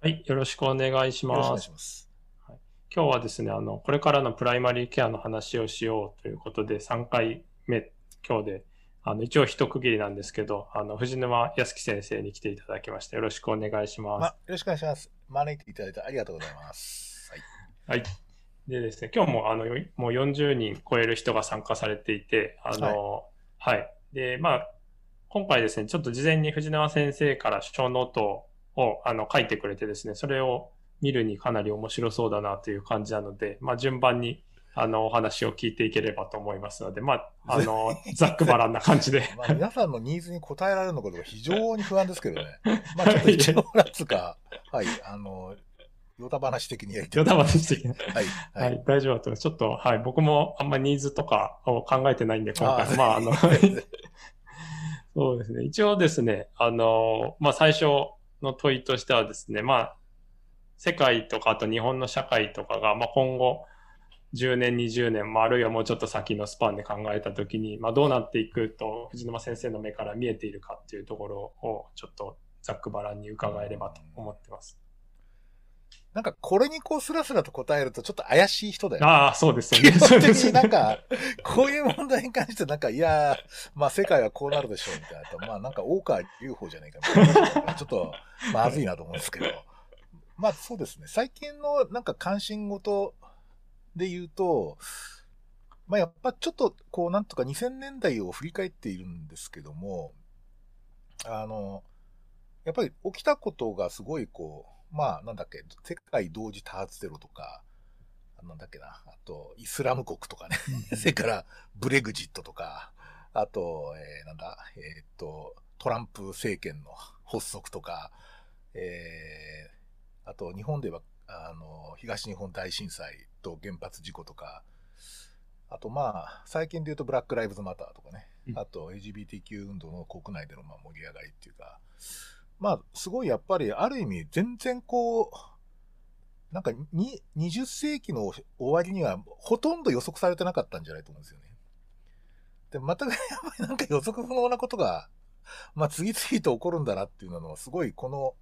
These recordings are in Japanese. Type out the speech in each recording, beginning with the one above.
はい、よろしくお願いしよろしくお願いします。 ます。 はい、今日はですね、これからのプライマリーケアの話をしようということで、3回目、今日で、一応一区切りなんですけど、藤沼康樹先生に来ていただきました。よろしくお願いします。 よろしくお願いします。招いていただいてありがとうございます。はい。 はい。でですね、今日ももう40人超える人が参加されていて、 はい。 はい。で、今回ですね、ちょっと事前に藤縄先生から小ノートを書いてくれてですね、それを見るにかなり面白そうだなという感じなので、順番にお話を聞いていければと思いますので、ざっくばらんな感じで。 皆さんのニーズに応えられるのかどうか非常に不安ですけどね。ちょっと一応、なんつうか、はい、ヨタ話的にやりたいヨタと思います。 話的な。 はい。 はい、大丈夫だと思います。ちょっと、はい、僕もあんまニーズとかを考えてないんで、今回、そうですね。一応ですね、最初の問いとしてはですね、世界とか、あと日本の社会とかが、今後、10年、20年、あるいはもうちょっと先のスパンで考えたときに、どうなっていくと、藤沼先生の目から見えているかっていうところを、ちょっとざっくばらんに伺えればと思ってます。 なんか、これにこう、スラスラと答えると、ちょっと怪しい人だよね。 ああ、そうですよね。 基本的になんか、こういう問題に関してなんか、いやー、世界はこうなるでしょう、みたいな。なんか、大川隆法じゃないか、みたいな話だから、ちょっと、まずいなと思うんですけど。そうですね。最近のなんか関心事で言うと、やっぱちょっと、こう、なんとか2000年代を振り返っているんですけども、あの、やっぱり起きたことがすごいこう、なんだっけ、世界同時多発テロとか、なんだっけな、あと、イスラム国とかね、それからブレグジットとか、あと、トランプ政権の発足とか、あと、日本では、東日本大震災と原発事故とか、あと最近で言うとブラックライブズマターとかね、あと LGBTQ 運動の国内での盛り上がりっていうか、すごいやっぱりある意味全然こう、なんか20世紀の終わりにはほとんど予測されてなかったんじゃないと思うんですよね。で、またやっぱりなんか予測不能なことが、次々と起こるんだなっていうのはすごいこの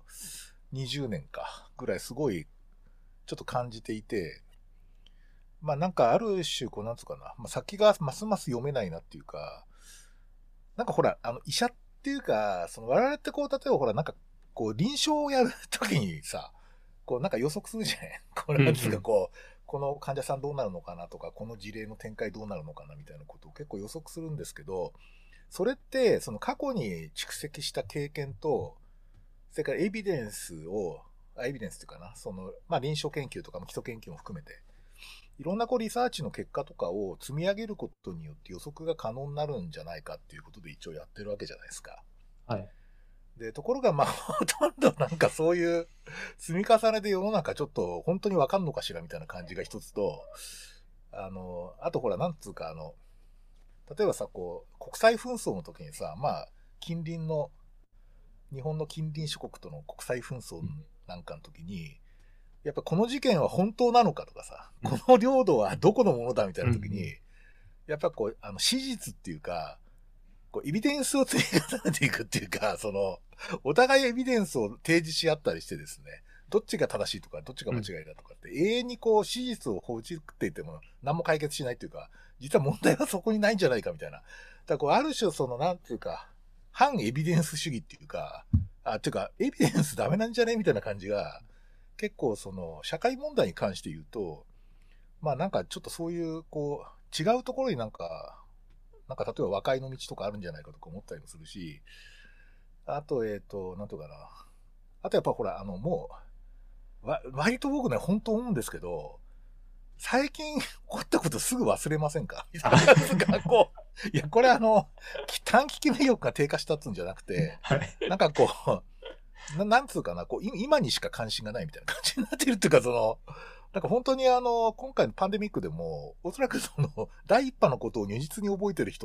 20年かぐらいすごいちょっと感じていて、なんかある種、こうなんつうかな、先がますます読めないなっていうか、なんかほら、医者っていうか、その我々ってこう、例えばほら、なんか、こう、臨床をやるときにさ、こう、なんか予測するじゃないこれなんつうかこう、この患者さんどうなるのかなとか、この事例の展開どうなるのかなみたいなことを結構予測するんですけど、それって、その過去に蓄積した経験と、それからエビデンスっていうかな、その、臨床研究とかも基礎研究も含めて、いろんなこうリサーチの結果とかを積み上げることによって予測が可能になるんじゃないかっていうことで一応やってるわけじゃないですか。 はい。 で、ところがほとんどなんかそういう積み重ねで世の中ちょっと本当にわかんのかしらみたいな感じが一つと、あとほら、なんつうか例えばさ、こう、国際紛争の時にさ、近隣の、日本の近隣諸国との国際紛争なんかの時に、やっぱこの事件は本当なのかとかさ、この領土はどこのものだみたいな時に、やっぱこう、史実っていうか、こう、エビデンスを積み重ねていくっていうか、その、お互いエビデンスを提示し合ったりしてですね、どっちが正しいとか、どっちが間違いだとかって、永遠にこう、史実を放置っていても何も解決しないっていうか、実は問題はそこにないんじゃないかみたいな。だからこう、ある種その、なんていうか、反エビデンス主義っていうか、っていうか、エビデンスダメなんじゃねみたいな感じが、結構その、社会問題に関して言うと、なんかちょっとそういう、こう、違うところになんか例えば和解の道とかあるんじゃないかとか思ったりもするし、あと、なんとかな。あとやっぱほら、もう、割と僕ね、本当思うんですけど、最近起こったことすぐ忘れませんかこう、いや、これ短期記憶力が低下したっつうんじゃなくて、なんかこう、なんつうかな、こう、今にしか関心がないみたいな感じになってるっていうか、その、なんか本当に今回のパンデミックでも、おそらくその、第一波のことを如実に覚えてる人って、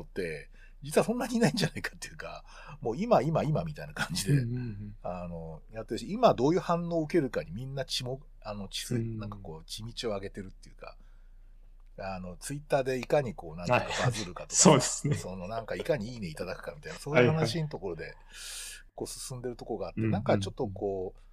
実はそんなにいないんじゃないかっていうか、もう今みたいな感じで、やってるし、今どういう反応を受けるかにみんななんかこう、血道を上げてるっていうか、ツイッターでいかにこう、なんとかバズるかとかさ、 そうですね。 そのなんかいかにいいねいただくかみたいな、そういう話のところで、こう進んでるところがあって、なんかちょっとこう、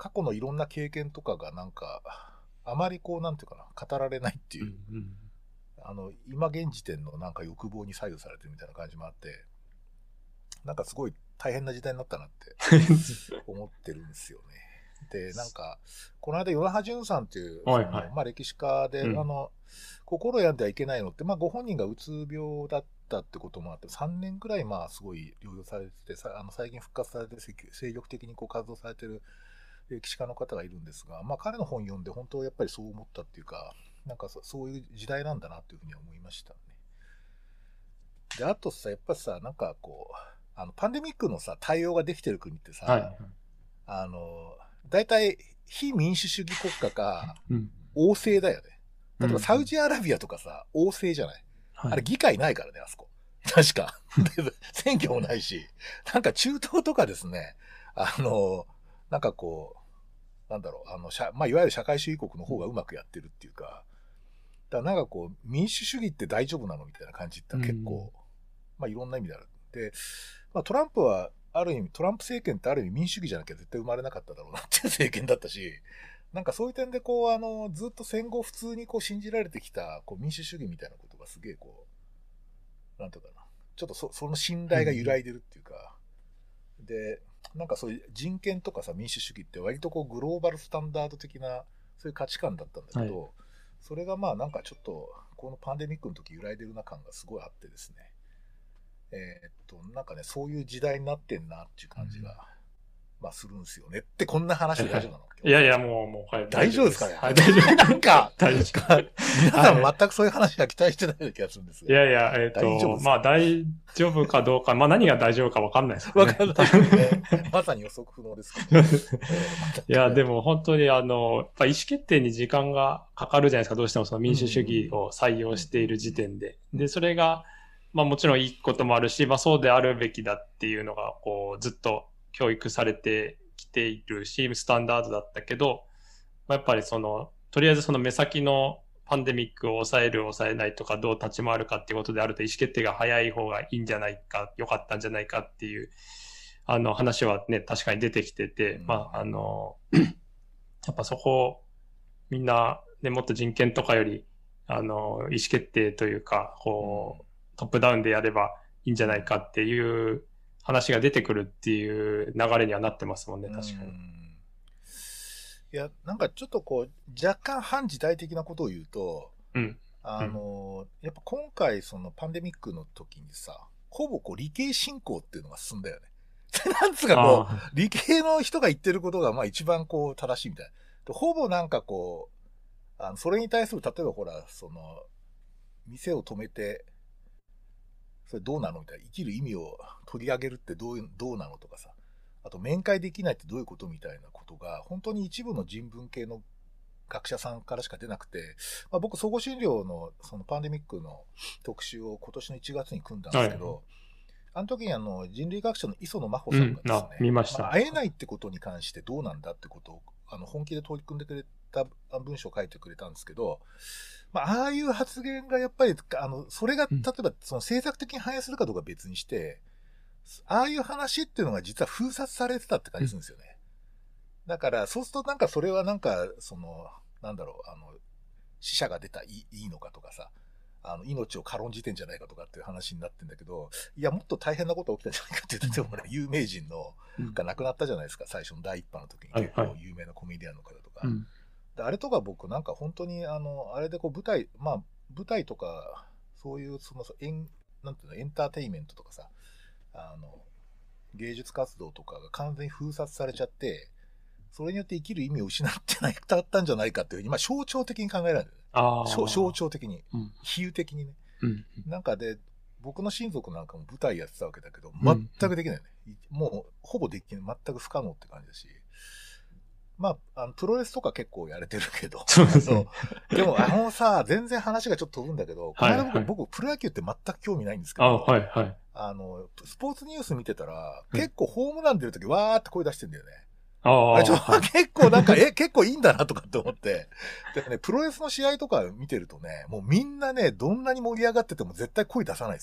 過去のいろんな経験とかがなんか、あまりこう、なんていうかな、語られないっていう、今現時点のなんか欲望に左右されてるみたいな感じもあって、なんかすごい大変な時代になったなって思ってるんですよね。で、なんか、この間、与那覇淳さんっていう、 はいはい、 まあ歴史家で、 うん、 心病んではいけないのって、まあご本人がうつ病だったってこともあって、3年くらいまあすごい療養されてて、最近復活されて精力的にこう活動されてる歴史家の方がいるんですが、まあ彼の本読んで本当やっぱりそう思ったっていうか、なんかそういう時代なんだなっていうふうに思いましたね。で、あとさ、やっぱさ、なんかこう、パンデミックのさ、対応ができてる国ってさ、 はい、 あの、大体非民主主義国家か、 うん、 王政だよね。例えばサウジジアラビアとかさ、王政じゃない。 はい、 あれ議会ないからね、あそこ。確か。で選挙もないし、なんか中東とかですね、なんかこう、なんだろう、まあ、いわゆる社会主義国の方がうまくやってるっていうか、だからなんかこう、民主主義って大丈夫なのみたいな感じって結構、まあいろんな意味である。で、まあトランプは、ある意味、トランプ政権ってある意味民主主義じゃなきゃ絶対生まれなかっただろうなっていう政権だったし、なんかそういう点でこう、ずっと戦後普通にこう信じられてきた、こう民主主義みたいなことがすげえこう、なんていうかな。ちょっとその信頼が揺らいでるっていうか、で、なんかそういう人権とかさ、民主主義って割とこうグローバルスタンダード的な、そういう価値観だったんだけど、はい、それがまあなんかちょっと、このパンデミックの時揺らいでるな感がすごいあってですね。なんかね、そういう時代になってんなっていう感じが、まあするんですよね。ってこんな話で大丈夫なの？ いやいや、もう、はい、 大丈夫ですかね？ はい、大丈夫。 なんか、 大丈夫。 皆さん全くそういう話は期待してないような気がするんですが。 いやいや、まあ大丈夫かどうか、まあ何が大丈夫かわかんないですね。 わかんないですね。まさに予測不能ですけど。いや、でも本当にやっぱ意思決定に時間がかかるじゃないですか。どうしてもその民主主義を採用している時点で。で、それが、まあもちろんいいこともあるし、まあそうであるべきだっていうのが、こう、ずっと教育されてきているし、スタンダードだったけど、まあ、やっぱりとりあえずその目先のパンデミックを抑える、抑えないとか、どう立ち回るかっていうことであると、意思決定が早い方がいいんじゃないか、良かったんじゃないかっていう、話はね、確かに出てきてて、まあ、やっぱそこ、みんな、ね、もっと人権とかより、意思決定というか、こう、トップダウンでやればいいんじゃないかっていう話が出てくるっていう流れにはなってますもんね、確かに。 いや、なんかちょっとこう、若干反時代的なことを言うと、やっぱ今回そのパンデミックの時にさ、ほぼこう理系進行っていうのが進んだよね。なんつうかこう、理系の人が言ってることがまあ一番こう正しいみたいな。ほぼなんかこう、それに対する、例えばほら、店を止めて、それどうなのみたいな。生きる意味を取り上げるってどうなのとかさ。あと、面会できないってどういうことみたいなことが、本当に一部の人文系の学者さんからしか出なくて、まあ、僕、総合診療のそのパンデミックの特集を今年の1月に組んだんですけど、あの時に人類学者の磯野真帆さんがですね、 見ました。 会えないってことに関してどうなんだってことを、本気で取り組んでくれた文章を書いてくれたんですけど、まあ、ああいう発言がやっぱり、それが、例えば、その政策的に反映するかどうか別にして、ああいう話っていうのが実は封殺されてたって感じするんですよね。だから、そうするとなんかそれはなんか、なんだろう、死者が出たらいいのかとかさ、命を軽んじてんじゃないかとかっていう話になってんだけど、いや、もっと大変なことが起きたんじゃないかって言って、例えば有名人が亡くなったじゃないですか、最初の第一波の時に結構有名なコメディアンの方とか。あれとか僕なんか本当にあれでこう舞台とか、そういうなんていうの、エンターテインメントとかさ、芸術活動とかが完全に封殺されちゃって、それによって生きる意味を失ってなかったんじゃないかっていうふうに、まあ象徴的に考えられるんだよね。象徴的に、比喩的にね。なんかで、僕の親族なんかも舞台やってたわけだけど、全くできないよね。もう、ほぼできない。全く不可能って感じだし。まあ、プロレスとか結構やれてるけど。そうですね。でもさ、全然話がちょっと飛ぶんだけど、この間僕、プロ野球って全く興味ないんですけど、スポーツニュース見てたら、結構ホームラン出るときわーって声出してんだよね。結構なんか、結構いいんだなとかって思って。でね、プロレスの試合とか見てるとね、もうみんなね、どんなに盛り上がってても絶対声出さないですよ。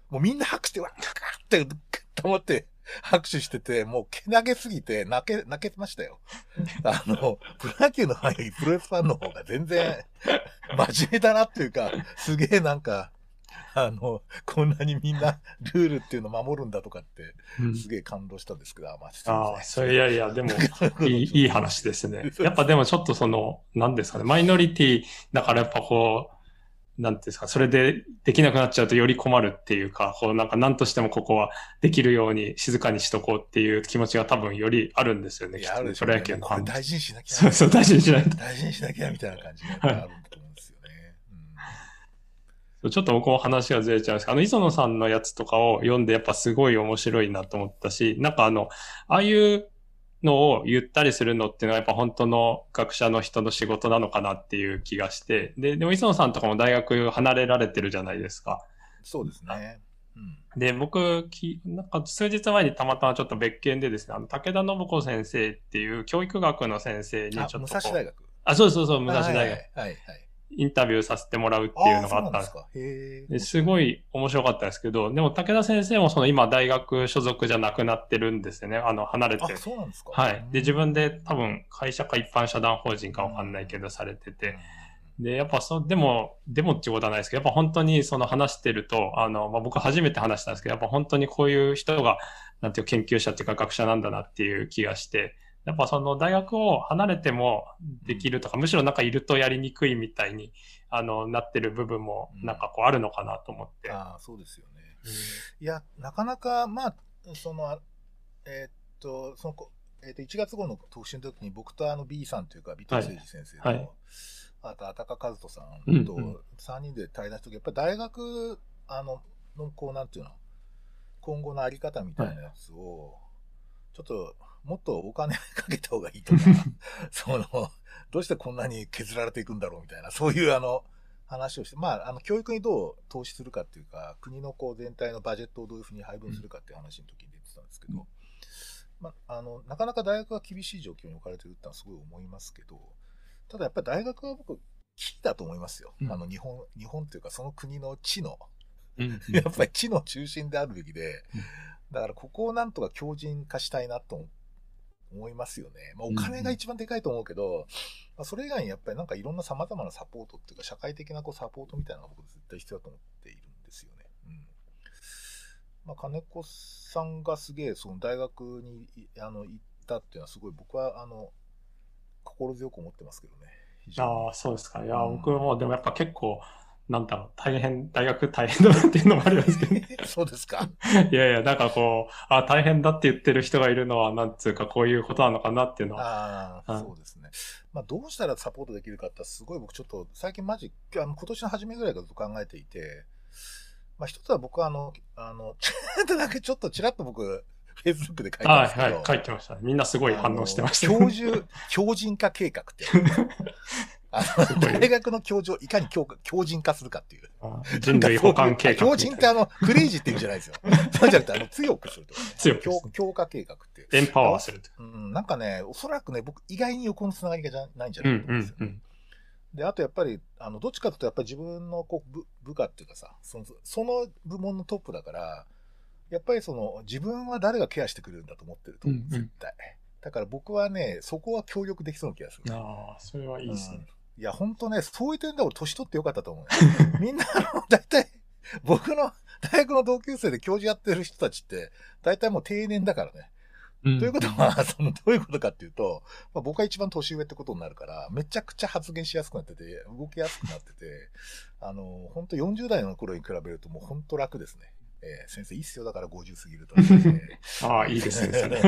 もうみんな拍手でわーって思って拍手してて、もうけなげすぎて泣けましたよ。プロ野球のファンよりプロレスファンの方が全然真面目だなっていうか、すげえなんか、こんなにみんなルールっていうの守るんだとかって、すげえ感動したんですけど、まあ、 ああ、それいやいや、でも、いい話ですね。やっぱでもちょっと何ですかね、マイノリティだからやっぱこう、なんていうんですか、それでできなくなっちゃうとより困るっていうか、こうなんか何としてもここはできるように静かにしとこうっていう気持ちが多分よりあるんですよね、きっとね、プロ野球のファン。 これ大事にしなきゃ。 そうそう、大事にしないと。 大事にしなきゃみたいな感じがやっぱあると思うんですよね。 ちょっと僕も話がずれちゃうんですけど、磯野さんのやつとかを読んでやっぱすごい面白いなと思ったし、なんかああいうのを言ったりするのっていうのはやっぱ本当の学者の人の仕事なのかなっていう気がして、でも磯野さんとかも大学離れられてるじゃないですか。 そうですね。 で、僕、なんか数日前にたまたまちょっと別件でですね、武田信子先生っていう教育学の先生にちょっと武蔵大学。 そうそうそう、武蔵大学。 はい。 インタビューさせてもらうっていうのがあったんですか。すごい面白かったですけど、でも武田先生も今大学所属じゃなくなってるんですよね。離れて。 あ、そうなんですか。 はい。で、自分で多分会社か一般社団法人かわかんないけどされてて。で、やっぱでもっていうことはないですけど、やっぱ本当に話してると、僕初めて話したんですけど、やっぱ本当にこういう人が、なんていう研究者っていうか学者なんだなっていう気がして、やっぱ大学を離れてもできるとか、むしろなんかいるとやりにくいみたいに、なってる部分もなんかこうあるのかなと思って。 ああ、そうですよね。いや、なかなか、まあ、1月号の特集の時に僕とB さんというか、尾藤誠二先生と、あと、高和人さんと3人で対談した時、やっぱり大学、こう、なんていうの、今後のあり方みたいなやつを、ちょっと、もっとお金かけた方がいいとか、どうしてこんなに削られていくんだろうみたいな、そういう話をして、まあ、教育にどう投資するかっていうか、国のこう全体のバジェットをどういうふうに配分するかっていう話の時に出てたんですけど、まあ、なかなか大学は厳しい状況に置かれてるってのはすごい思いますけど、ただやっぱり大学は僕、キーだと思いますよ。日本っていうかその国の地の、やっぱり地の中心であるべきで、だからここをなんとか強靭化したいなと思いますよね。まあ、お金が一番でかいと思うけど、まあ、それ以外にやっぱりなんかいろんな様々なサポートっていうか、社会的なこうサポートみたいなのが僕絶対必要だと思っているんですよね。まあ、金子さんがすげえ、大学に行ったっていうのはすごい僕は心強く思ってますけどね。 ああ、そうですか。いや、僕もでもやっぱ結構、なんだろう、大学大変だなっていうのもありますけど。 そうですか。 いやいや、なんかこう、大変だって言ってる人がいるのは、なんつうか、こういうことなのかなっていうのは。 そうですね。まあ、どうしたらサポートできるかってすごい僕ちょっと、最近マジ、今年の初めぐらいからずっと考えていて、まあ、一つは僕はなんかちょっとちらっと僕、Facebook で書いたんですけど。 書いてました。みんなすごい反応してました。 強靭化計画って大学の教授をいかに強靭化するかっていう。 人類補完計画。 強靭ってクレイジーって意味じゃないですよ。そうじゃなくて、強くすると、 強く。強化計画っていう。 エンパワーすると。 なんかね、おそらくね、僕、意外に横のつながりがないんじゃないかと思うんですよ。で、あとやっぱり、どっちかというと、やっぱり自分の部下っていうかさ、その部門のトップだから、やっぱり自分は誰がケアしてくれるんだと思ってると思う、絶対。だから僕はね、そこは協力できそうな気がする。 ああ、それはいいですね。 いや、ほんとね、そういう点で俺年取ってよかったと思う。みんな、大体、僕の大学の同級生で教授やってる人たちって、大体もう定年だからね。ということは、どういうことかっていうと、まあ、僕が一番年上ってことになるから、めちゃくちゃ発言しやすくなってて、動きやすくなってて、本当40代の頃に比べるともう本当楽ですね。先生いいっすよ、だから50過ぎると、 ああ、いいですね、それ。 い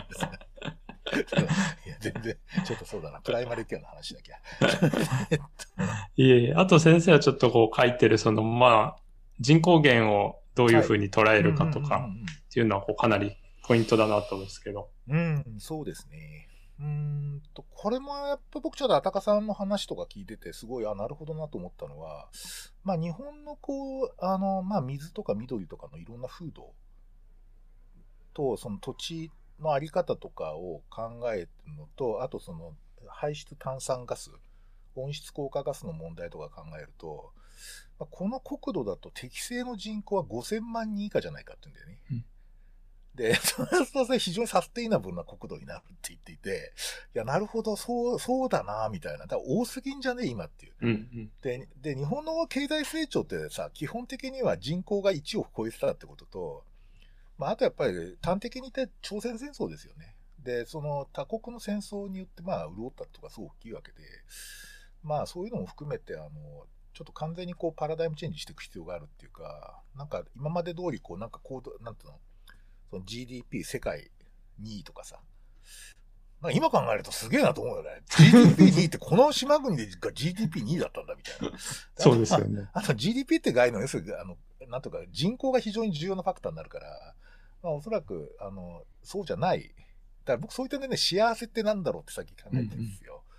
や、全然、ちょっとそうだな、プライマリケアの話だけ。 いえ、あと先生はちょっとこう書いてる、まあ、人口減をどういうふうに捉えるかとか、っていうのはこうかなりポイントだなと思うんですけど。 そうですね。これもやっぱ僕ちょっとあたかさんの話とか聞いてて、すごい、なるほどなと思ったのは、まあ日本のこう、まあ水とか緑とかのいろんな風土と、その土地のあり方とかを考えるのと、あと排出炭酸ガス、温室効果ガスの問題とか考えると、 この国土だと適正の人口は5000万人以下じゃないかって言うんだよね。で、それは非常にサステイナブルな国土になるって言っていて、いや、なるほど、そうだな、みたいな。だから多すぎんじゃね今っていう。で、日本の経済成長ってさ、基本的には人口が1億超えてたってことと、あとやっぱり端的に言って朝鮮戦争ですよね。で、その他国の戦争によって潤ったとかすごく大きいわけで、そういうのも含めて、ちょっと完全にパラダイムチェンジしていく必要があるっていうか、なんか今まで通りなんていうの、その GDP 世界2位とかさ、今考えるとすげえなと思うよね。GDP2 位ってこの島国が GDP2 位だったんだみたいな。 そうですよね。 GDP って概念、要するに、なんとか人口が非常に重要なファクターになるから、おそらく、そうじゃない。だから僕そういった点でね、幸せってなんだろうってさっき考えてるんですよ。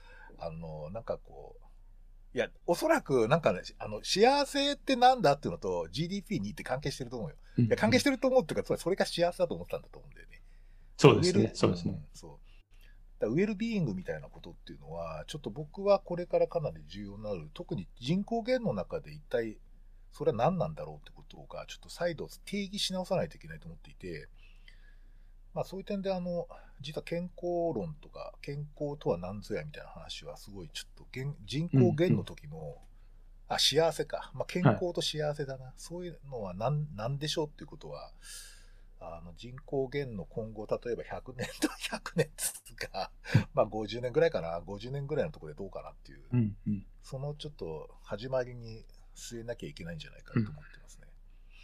いや、おそらく、なんかね、幸せってなんだっていうのと GDP2 って関係してると思うよ。いや、関係してると思うっていうか、つまりそれが幸せだと思ったんだと思うんだよね。 そうですね。そうですね。 そう。ウェルビーイングみたいなことっていうのは、ちょっと僕はこれからかなり重要になる。特に人口減の中で一体、それは何なんだろうってことが、ちょっと再度定義し直さないといけないと思っていて、そういう点で実は健康論とか、健康とは何ぞやみたいな話はすごいちょっと人口減の時の、幸せか。健康と幸せだな。そういうのは何でしょうっていうことは、人口減の今後、例えば100年と100年が、50年ぐらいかな、50年ぐらいのところでどうかなっていう、そのちょっと始まりに据えなきゃいけないんじゃないかと思ってますね。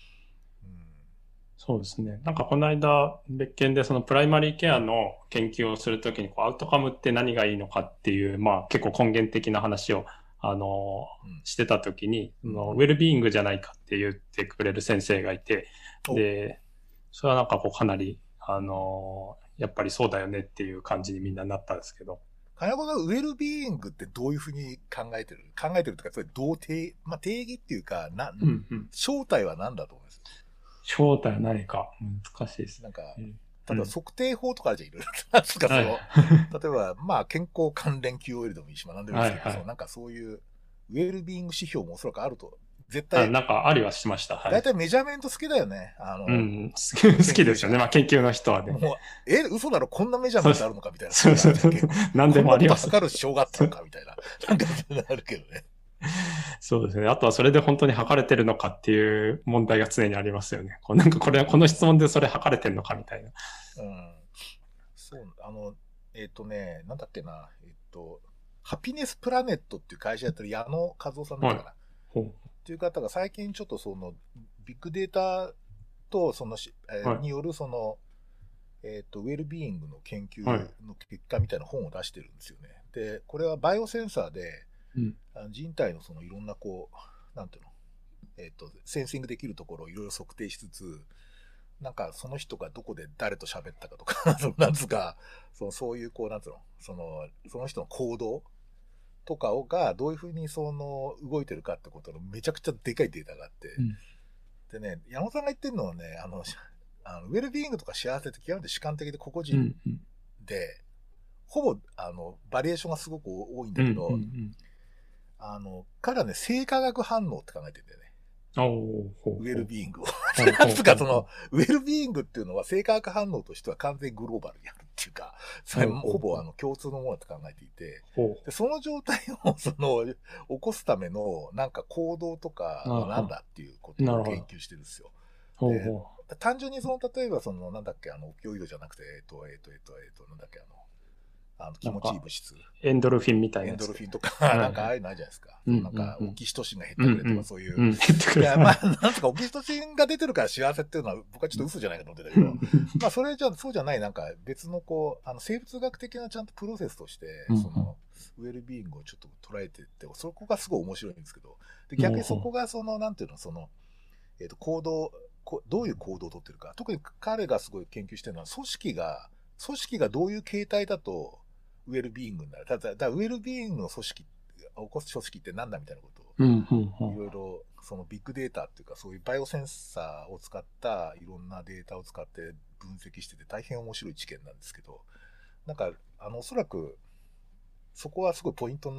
そうですね。なんかこの間、別件でそのプライマリーケアの研究をするときにアウトカムって何がいいのかっていう、結構根源的な話を、してたときに、ウェルビーイングじゃないかって言ってくれる先生がいて、で、それはなんかかなり、やっぱりそうだよねっていう感じにみんななったんですけど。 金子さん、ウェルビーイングってどういうふうに考えてるというか、それ定義っていうか、正体は何だと思います？ 正体は何か難しいです。 なんか、例えば測定法とかあるじゃん、いろいろ。なんですか、例えば、健康関連 QOL でもいいし、なんでもいいですけど、なんかそういう、ウェルビーイング指標もおそらくあると。絶対。 なんかありはしました。 大体メジャーメント好きだよね。 好きですよね。研究の人はね。 もう、嘘だろ、こんなメジャーメントあるのかみたいな。 そう。何でもあります。 こんなこと測る必要があったのかみたいな。なんか、あるけどね。 そうですね。あとはそれで本当に測れてるのかっていう問題が常にありますよね。なんかこの質問でそれ測れてるのかみたいな。 そう、なんだっけな、ハピネスプラネットっていう会社やってる矢野和夫さんだったかな。っていう方が最近ちょっとビッグデータとによるウェルビーイングの研究の結果みたいな本を出してるんですよね。で、これはバイオセンサーで、人体のいろんななんていうの、センシングできるところをいろいろ測定しつつ、なんかその人がどこで誰と喋ったかとか、なんつうか、そういうなんつうの、その人の行動とかがどういうふうに動いてるかってことのめちゃくちゃでかいデータがあって、でね、矢野さんが言ってるのはね、ウェルビーイングとか幸せって極めて主観的で個々人で、ほぼバリエーションがすごく多いんだけど、彼はね、生化学反応って考えてるんだよね。ウェルビーイングを。なんつうかウェルビーイングっていうのは生化学反応としては完全にグローバルにあるっていうか、それほぼ共通のものだと考えていて、でその状態を起こすためのなんか行動とかはなんだっていうことを研究してるんですよ。単純に例えばなんだっけ、オピオイドじゃなくて、なんだっけ、気持ちいい物質。 エンドルフィンみたいな。 エンドルフィンとか、なんかああいうのあるじゃないですか。なんか、オキシトシンが減ってくれとか、そういう。いや、なんとかオキシトシンが出てるから幸せっていうのは、僕はちょっと嘘じゃないかと思ってたけど、それじゃ、そうじゃない、なんか別の生物学的なちゃんとプロセスとして、ウェルビーイングをちょっと捉えていって、そこがすごい面白いんですけど、で逆にそこがなんていうの、行動、どういう行動をとってるか。特に彼がすごい研究してるのは、組織がどういう形態だと、ウェルビーイングになる。だウェルビーイングの起こす組織ってなんだみたいなことを、いろいろ、ビッグデータっていうか、そういうバイオセンサーを使ったいろんなデータを使って分析してて大変面白い知見なんですけど、なんか、おそらく、そこはすごいポイントになる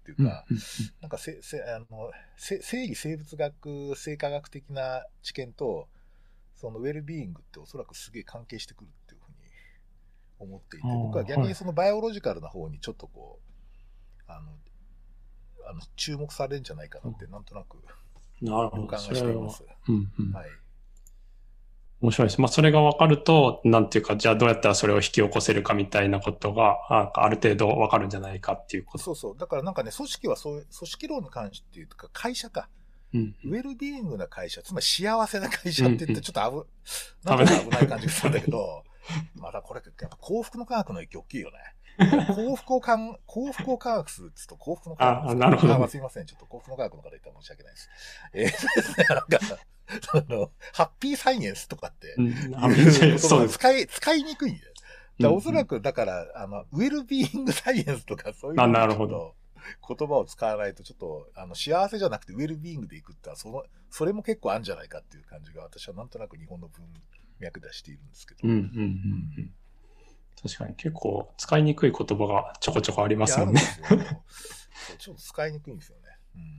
っていうか、なんか生理生物学、生化学的な知見と、そのウェルビーイングっておそらくすげえ関係してくるっていうふうに思っていて、僕は逆にそのバイオロジカルな方にちょっとこう、注目されるんじゃないかなって、なんとなく予感がしています。はい。 面白いです。まあ、それが分かると、なんていうか、じゃあどうやったらそれを引き起こせるかみたいなことが、ある程度分かるんじゃないかっていうこと。 そうそう。だからなんかね、組織はそういう、組織論に関してっていうか、会社か。ウェルビーイングな会社、つまり幸せな会社って言ってちょっとなんか危ない感じがするんだけど、またこれ、やっぱ幸福の科学の影響大きいよね。幸福を科学するって言うと幸福の科学です。 なるほど、ね。 すいません。ちょっと幸福の科学の方言ったら申し訳ないです。ですね、なんか、ハッピーサイエンスとかって、そうです。使いにくいんだよ。おそらく、だから、ウェルビーイングサイエンスとかそういうなるほど。 言葉を使わないとちょっと、幸せじゃなくてウェルビーイングでいくってそれも結構あるんじゃないかっていう感じが私はなんとなく日本の文脈でしているんですけど。 確かに結構使いにくい言葉がちょこちょこありますもんね。 ちょっと使いにくいんですよね。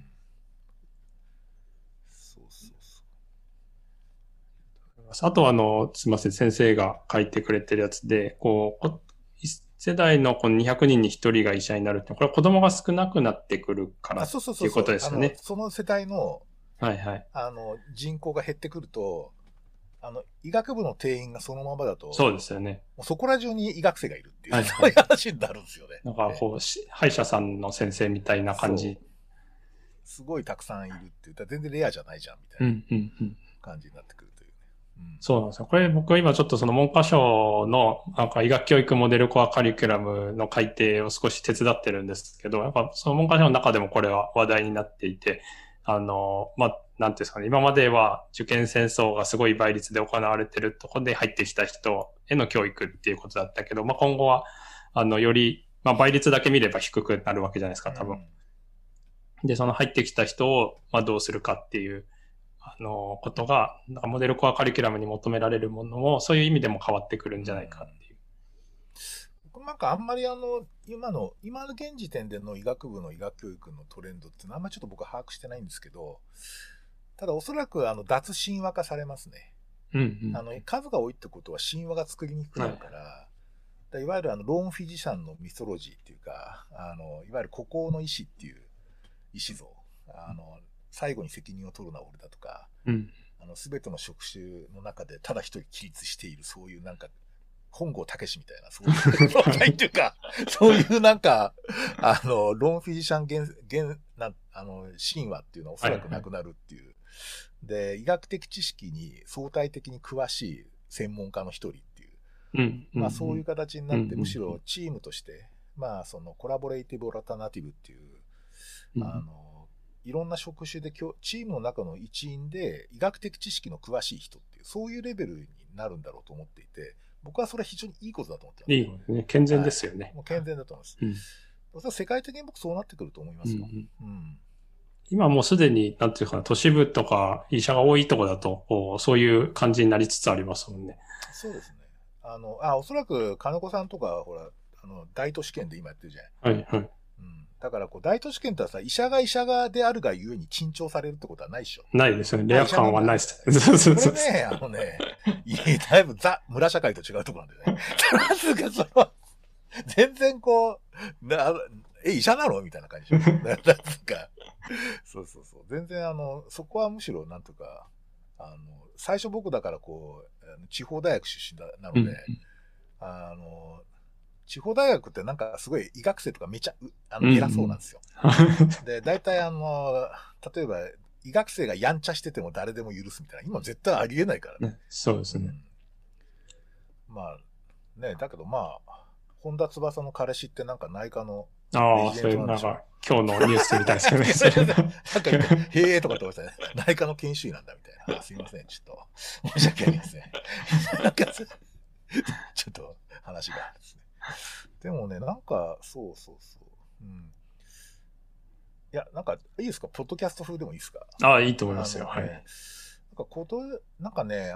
あとすみません、先生が書いてくれてるやつで、一世代のこの200人に1人が医者になるって、これは子供が少なくなってくるからっていうことですよね。 その世代の、 はいはい。 人口が減ってくると、医学部の定員がそのままだと、 そうですよね。 もうそこら中に医学生がいるっていう、そういう話になるんですよね。 なんか歯医者さんの先生みたいな感じ。 すごいたくさんいるって言ったら全然レアじゃないじゃんみたいな感じになってくるというね。 そうなんですよ。これ僕今ちょっとその文科省のなんか医学教育モデルコアカリキュラムの改定を少し手伝ってるんですけど、やっぱその文科省の中でもこれは話題になっていて、まあ、なんていうんですかね、今までは受験戦争がすごい倍率で行われてるところで入ってきた人への教育っていうことだったけど、まあ、今後は、より、まあ、倍率だけ見れば低くなるわけじゃないですか、多分。で、その入ってきた人を、まあ、どうするかっていう、ことが、なんかモデルコアカリキュラムに求められるものも、そういう意味でも変わってくるんじゃないかっていう。 なんかあんまり今の現時点での医学部の医学教育のトレンドっていうのはあんまりちょっと僕は把握してないんですけど、ただおそらく脱神話化されますね。数が多いってことは神話が作りにくくなるから、いわゆるローンフィジシャンのミソロジーっていうか、いわゆる孤高の意志っていう意志像、最後に責任を取るのは俺だとか、すべての職種の中でただ一人起立している、そういうなんか、本郷武史みたいな、そういう状態っていうか、そういうなんか、ローンフィジシャン神話っていうのはおそらくなくなるっていう。で、医学的知識に相対的に詳しい専門家の一人っていう。まあそういう形になって、むしろチームとして、まあそのコラボレイティブオルタナティブっていう、いろんな職種でチームの中の一員で医学的知識の詳しい人っていう、そういうレベルになるんだろうと思っていて、僕はそれは非常にいいことだと思ってます。 いいことね。健全ですよね。 もう健全だと思います。世界的に僕そうなってくると思いますよ。 今もうすでに、なんていうかな、都市部とか医者が多いところだと、そういう感じになりつつありますもんね。 そうですね。おそらく金子さんとか、ほら、大都市圏で今やってるじゃん。はいはい。 だから大都市圏ってさ、医者がであるがゆえに緊張されるってことはないでしょ。 ないですよね。レア感はないです。 これね、だいぶ村社会と違うところなんでね。全然医者なのみたいな感じでしょ。そう。全然そこはむしろなんとか、最初僕だから地方大学出身なので、地方大学ってなんかすごい医学生とかめちゃ、偉そうなんですよ。で、大体例えば医学生がやんちゃしてても誰でも許すみたいな、今絶対ありえないからね。 そうですね。 まあ、ね、だけどまあ、本田翼の彼氏ってなんか内科のそれなんか今日のニュースみたいですよね。 なんか言って、へーとかって言ってましたね。内科の研修医なんだみたいな。すいません、ちょっと。申し訳ないですね。ちょっと話がですね。でもね、なんか、そう。いや、なんか、いいですか？ポッドキャスト風でもいいですか？ いいと思いますよ。はい。 なんかね、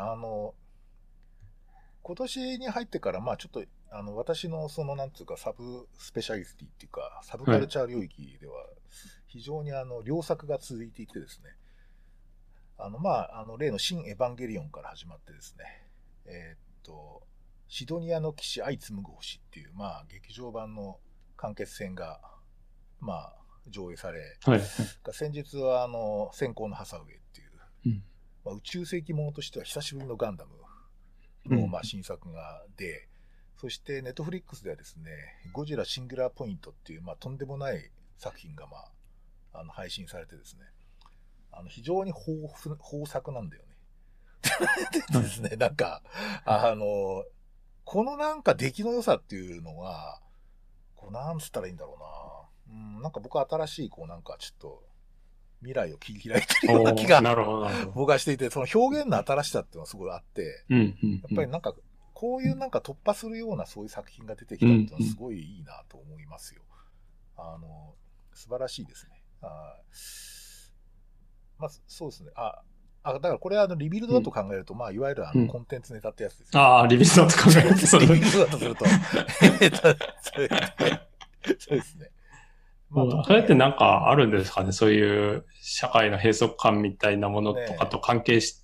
今年に入ってから、まあちょっと、私のなんつうか、サブスペシャリティっていうか、サブカルチャー領域では、 非常に良作が続いていてですね、例の新エヴァンゲリオンから始まってですね、シドニアの騎士相紡ぐ星っていう、劇場版の完結編が、上映され、 はい。 先日は閃光のハサウェイっていう、 うん。 宇宙世紀ものとしては久しぶりのガンダムの、新作が出、そしてネットフリックスではですね、ゴジラシングラーポイントっていう、とんでもない作品が、配信されてですね、非常に豊作なんだよね。でですね、なんか、このなんか出来の良さっていうのが、なんつったらいいんだろうな。なんか僕は新しい、なんかちょっと、未来を切り開いてるような気が、僕はしていて、その表現の新しさっていうのはすごいあって、やっぱりなんか、こういうなんか突破するようなそういう作品が出てきたっていうのはすごいいいなと思いますよ。素晴らしいですね。そうですね。だからこれはリビルドだと考えると、いわゆるコンテンツネタってやつですよ。リビルドだと考えると。 リビルドだとすると。そうですね。 それってなんかあるんですかね、そういう社会の閉塞感みたいなものとかと関係して、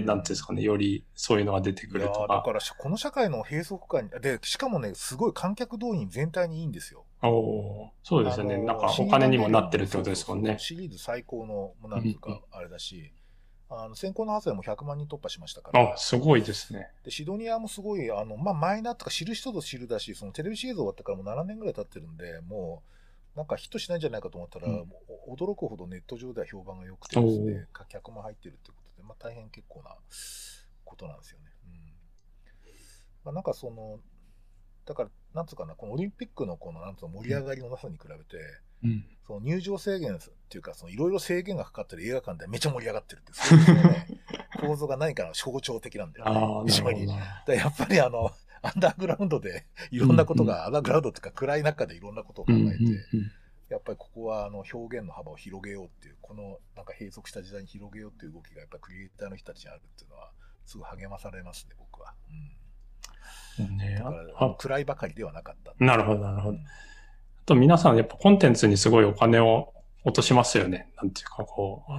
なんていうんですかね、よりそういうのが出てくるとか。 だからこの社会の閉塞感で、しかもね、すごい観客動員全体にいいんですよ。 そうですよね。なんかお金にもなってるってことですもんね。 シリーズ最高の、なんていうか、あれだし、先行のハサウェイも100万人突破しましたから。 すごいですね。 で、シドニアもすごい、マイナーとか知る人ぞ知るだし、そのテレビシリーズ終わってからもう7年ぐらい経ってるんで、もう、なんかヒットしないんじゃないかと思ったら、驚くほどネット上では評判が良くてですね、客も入ってるってことで、大変結構なことなんですよね。なんかだから、なんつうかな、このオリンピックのなんつうの盛り上がりのなさに比べて、その入場制限っていうか、いろいろ制限がかかってる映画館でめっちゃ盛り上がってるって、そういうね、構造が何かの象徴的なんだよね。非常に。やっぱりアンダーグラウンドでいろんなことが、アンダーグラウンドっていうか暗い中でいろんなことを考えて、やっぱりここは表現の幅を広げようっていう、このなんか閉塞した時代に広げようっていう動きがやっぱりクリエイターの人たちにあるっていうのは、すごい励まされますね、僕は。だから暗いばかりではなかった。 なるほど、なるほど。あと皆さんやっぱコンテンツにすごいお金を落としますよね。なんていうか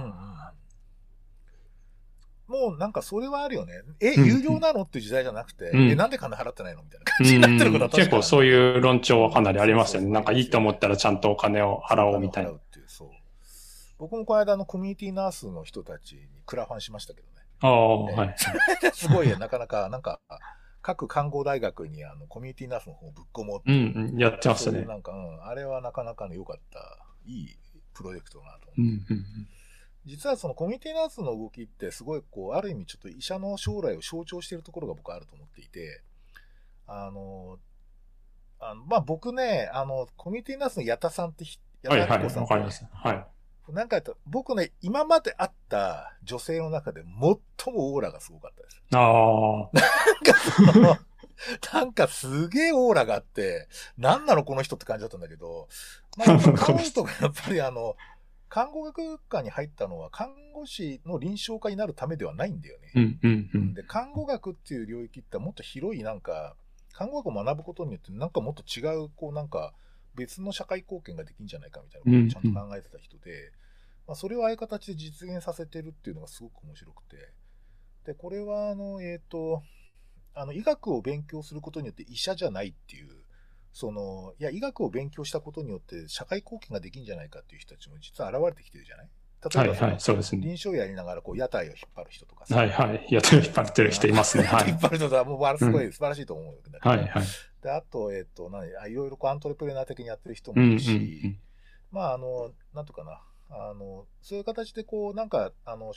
もうなんかそれはあるよね。有料なのっていう時代じゃなくて、なんで金払ってないのみたいな感じになってることは確かに。 結構そういう論調はかなりありますよね。なんかいいと思ったらちゃんとお金を払おうみたいな。 僕もこの間コミュニティナースの人たちにクラファンしましたけどね。 はい。 すごいなかなか、なんか、各看護大学にコミュニティナースの方をぶっ込もうっていう。 やってますね。 なんか、あれはなかなか良かった、いいプロジェクトだなと思って。実はそのコミュニティナースの動きってすごいある意味ちょっと医者の将来を象徴しているところが僕はあると思っていて、僕ね、コミュニティナースの矢田さんって矢田彦さん、わかります。はい。 なんか僕ね、今まで会った女性の中で最もオーラがすごかったです。なんかすげえオーラがあって、なんなのこの人って感じだったんだけど、彼女とかやっぱり看護学科に入ったのは看護師の臨床家になるためではないんだよね。で、看護学っていう領域ってもっと広いなんか、看護学を学ぶことによってなんかもっと違う、なんか別の社会貢献ができるんじゃないかみたいなことをちゃんと考えてた人で、それをああいう形で実現させてるっていうのがすごく面白くて。で、これは医学を勉強することによって医者じゃないっていう、いや、医学を勉強したことによって社会貢献ができるんじゃないかっていう人たちも実は現れてきてるじゃない。例えばそうですね。臨床やりながら屋台を引っ張る人とかさ。 屋台を引っ張ってる人いますね。 引っ張る人はもうすごい素晴らしいと思うんだけど。で、あと、いろいろアントレプレナー的にやってる人もいるし、なんとかな。そういう形でなんか、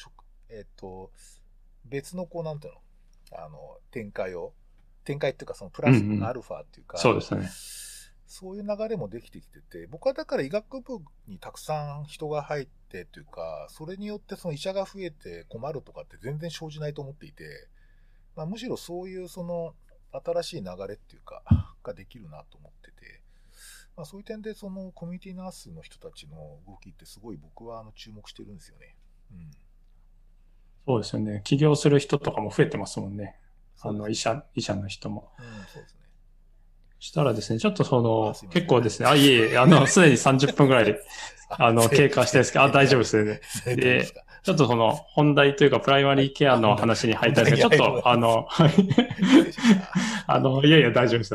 別のなんていうの、展開っていうか、プラスアルファっていうか、 そうですね。 そういう流れもできてきてて、僕はだから医学部にたくさん人が入ってというか、それによって医者が増えて困るとかって全然生じないと思っていて、むしろそういう新しい流れっていうか、ができるなと思ってて、そういう点でコミュニティナースの人たちの動きってすごい僕は注目してるんですよね。 そうですよね。起業する人とかも増えてますもんね。医者の人も。 そうですね。 したらですね、ちょっとすいません。 結構ですね、いえいえ、すでに30分ぐらい、経過してるんですけど、大丈夫ですよね。 大丈夫ですで、 か。 ちょっと本題というか、プライマリーケアの話に入ったんですけど、ちょっと、はい。 失礼しました。 いやいや、大丈夫です。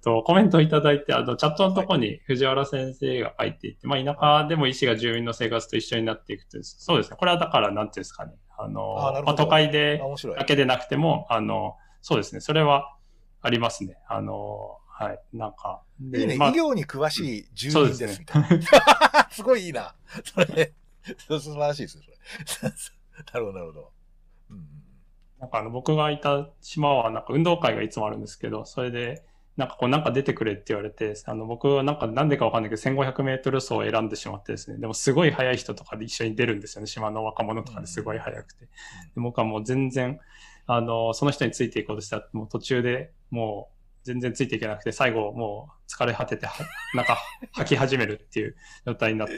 コメントいただいて、チャットのとはい。 こに藤原先生が書いていて、まあ、田はい。 舎でも医師が住民の生活と一緒になっていくという、そうですね。これはだから、なんていうんですかね。 なるまあ、都ほど。 会で面白い。 だけでなくても、そうですね。それはありますね。はい。なんか、で、 いいね。 まあ、 医療に詳しい住そうですね。 民です、みたいな。すごいいいな。それ、素晴らしいですよ、それ。なるほど、なるほど。うんうんなんか僕がいた島はなんか運動会がいつもあるんですけど、それで、なんか出てくれって言われて、僕はなんでかわかんないけど、1500メートル走を選んでしまってですね、でもすごい速い人とかで一緒に出るんですよね、島の若者とかですごい速くて。で僕はもう全然、その人についていこうとしたら、もう途中でもう全然ついていけなくて、最後もう疲れ果てて、なんか吐き始めるっていう状態になって、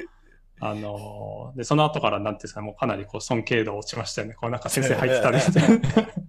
で、その後からなんていうんですかね、もうかなり尊敬度落ちましたよね。なんか先生入ってたみたいな。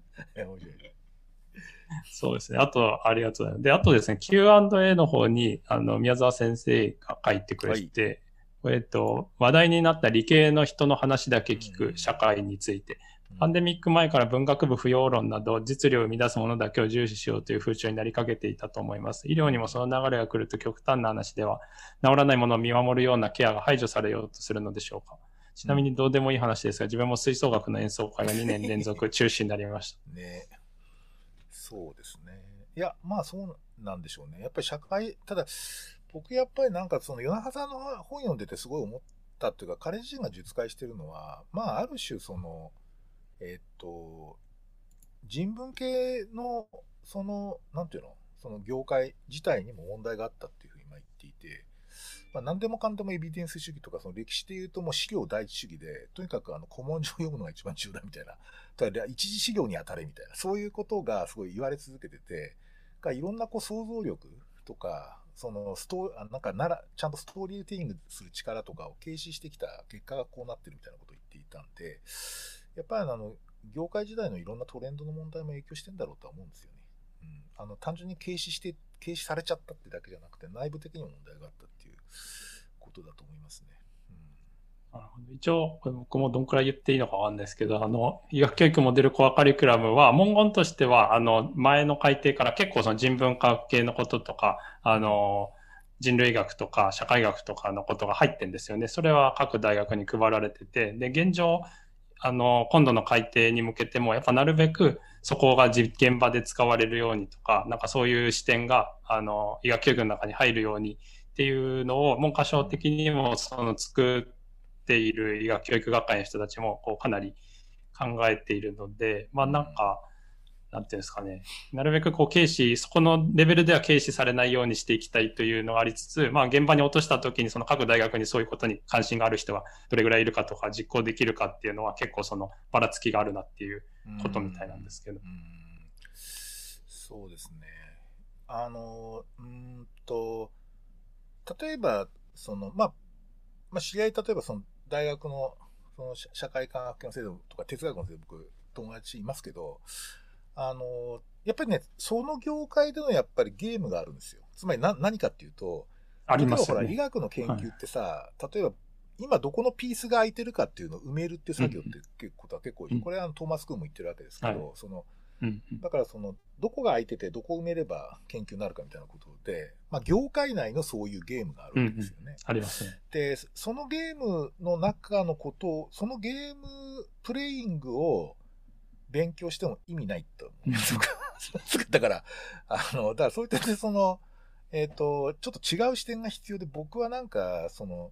そうですね。あと、ありがとうございます。で、あとですね、Q&A の方に、宮沢先生が書いてくれて、話題になった理系の人の話だけ聞く社会について、パンデミック前から文学部不要論など実利を生み出すものだけを重視しようという風潮になりかけていたと思います。医療にもその流れが来ると極端な話では、治らないものを見守るようなケアが排除されようとするのでしょうか。ちなみにどうでもいい話ですが、自分も吹奏楽の演奏会が2年連続中止になりました。 ね、そうですね。いや、まあそうなんでしょうね。やっぱり社会、ただ、僕やっぱりなんかその、与那覇さんの本読んでてすごい思ったっていうか、彼自身が述会してるのは、まあある種その、人文系の、その、なんていうの、その業界自体にも問題があったっていうふうに今言っていて、まあ、何でもかんでもエビデンス主義とか、その歴史で言うともう史料第一主義で、とにかく古文書を読むのが一番重要だみたいな、だから一次史料に当たれみたいな、そういうことがすごい言われ続けてて、いろんな想像力とか、そのちゃんとストーリーテリングする力とかを軽視してきた結果がこうなってるみたいなことを言っていたんで、やっぱり業界時代のいろんなトレンドの問題も影響してんだろうとは思うんですよね。単純に軽視されちゃったってだけじゃなくて、内部的にも問題があったっていうことだと思いますね。 一応、僕もどんくらい言っていいのかわかんないですけど、医学教育モデルコアカリキュラムは、文言としては、前の改定から結構その人文科学系のこととか、人類学とか社会学とかのことが入ってんですよね。それは各大学に配られてて、で、現状、今度の改定に向けても、やっぱなるべくそこが実験場で使われるようにとか、なんかそういう視点が、医学教育の中に入るようにっていうのを、文科省的にも作っている医学教育学会の人たちも、かなり考えているので、まあなんか、なんていうんですかね。なるべくそこのレベルでは軽視されないようにしていきたいというのがありつつ、まあ現場に落とした時にその各大学にそういうことに関心がある人がどれぐらいいるかとか実行できるかっていうのは結構ばらつきがあるなっていうことみたいなんですけど。 そうですね。例えば、知り合い、例えば大学の、社会科学系の制度とか哲学の制度、僕、友達いますけど、やっぱりね、その業界でのやっぱりゲームがあるんですよ。つまり何かっていうと、 ありますよね。 例えばほら、医学の研究ってさ、例えば、今どこのピースが空いてるかっていうのを埋めるっていう作業ってことは結構、これはトーマス・クーンも言ってるわけですけど、だからどこが空いててどこを埋めれば研究になるかみたいなことで、まあ業界内のそういうゲームがあるわけですよね。 ありますね。 で、そのゲームの中のことを、そのゲームプレイングを勉強しても意味ないと思う。だからそういった点でちょっと違う視点が必要で、僕はなんか、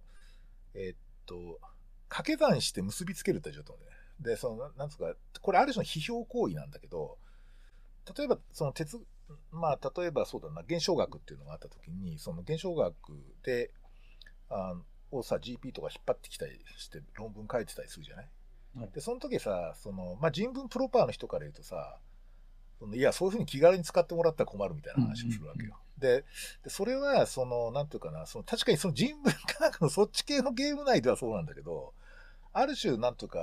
掛け算して結びつけるってちょっとね。で、なんつうか、これある種の批評行為なんだけど、例えば、例えばそうだな、現象学っていうのがあったときに、その現象学で、GP とか引っ張ってきたりして論文書いてたりするじゃない、で、その時さ、人文プロパーの人から言うとさ、いや、そういうふうに気軽に使ってもらったら困るみたいな話をするわけよ。で、それは、なんていうかな、確かに人文科学のそっち系のゲーム内ではそうなんだけど、ある種、なんとか、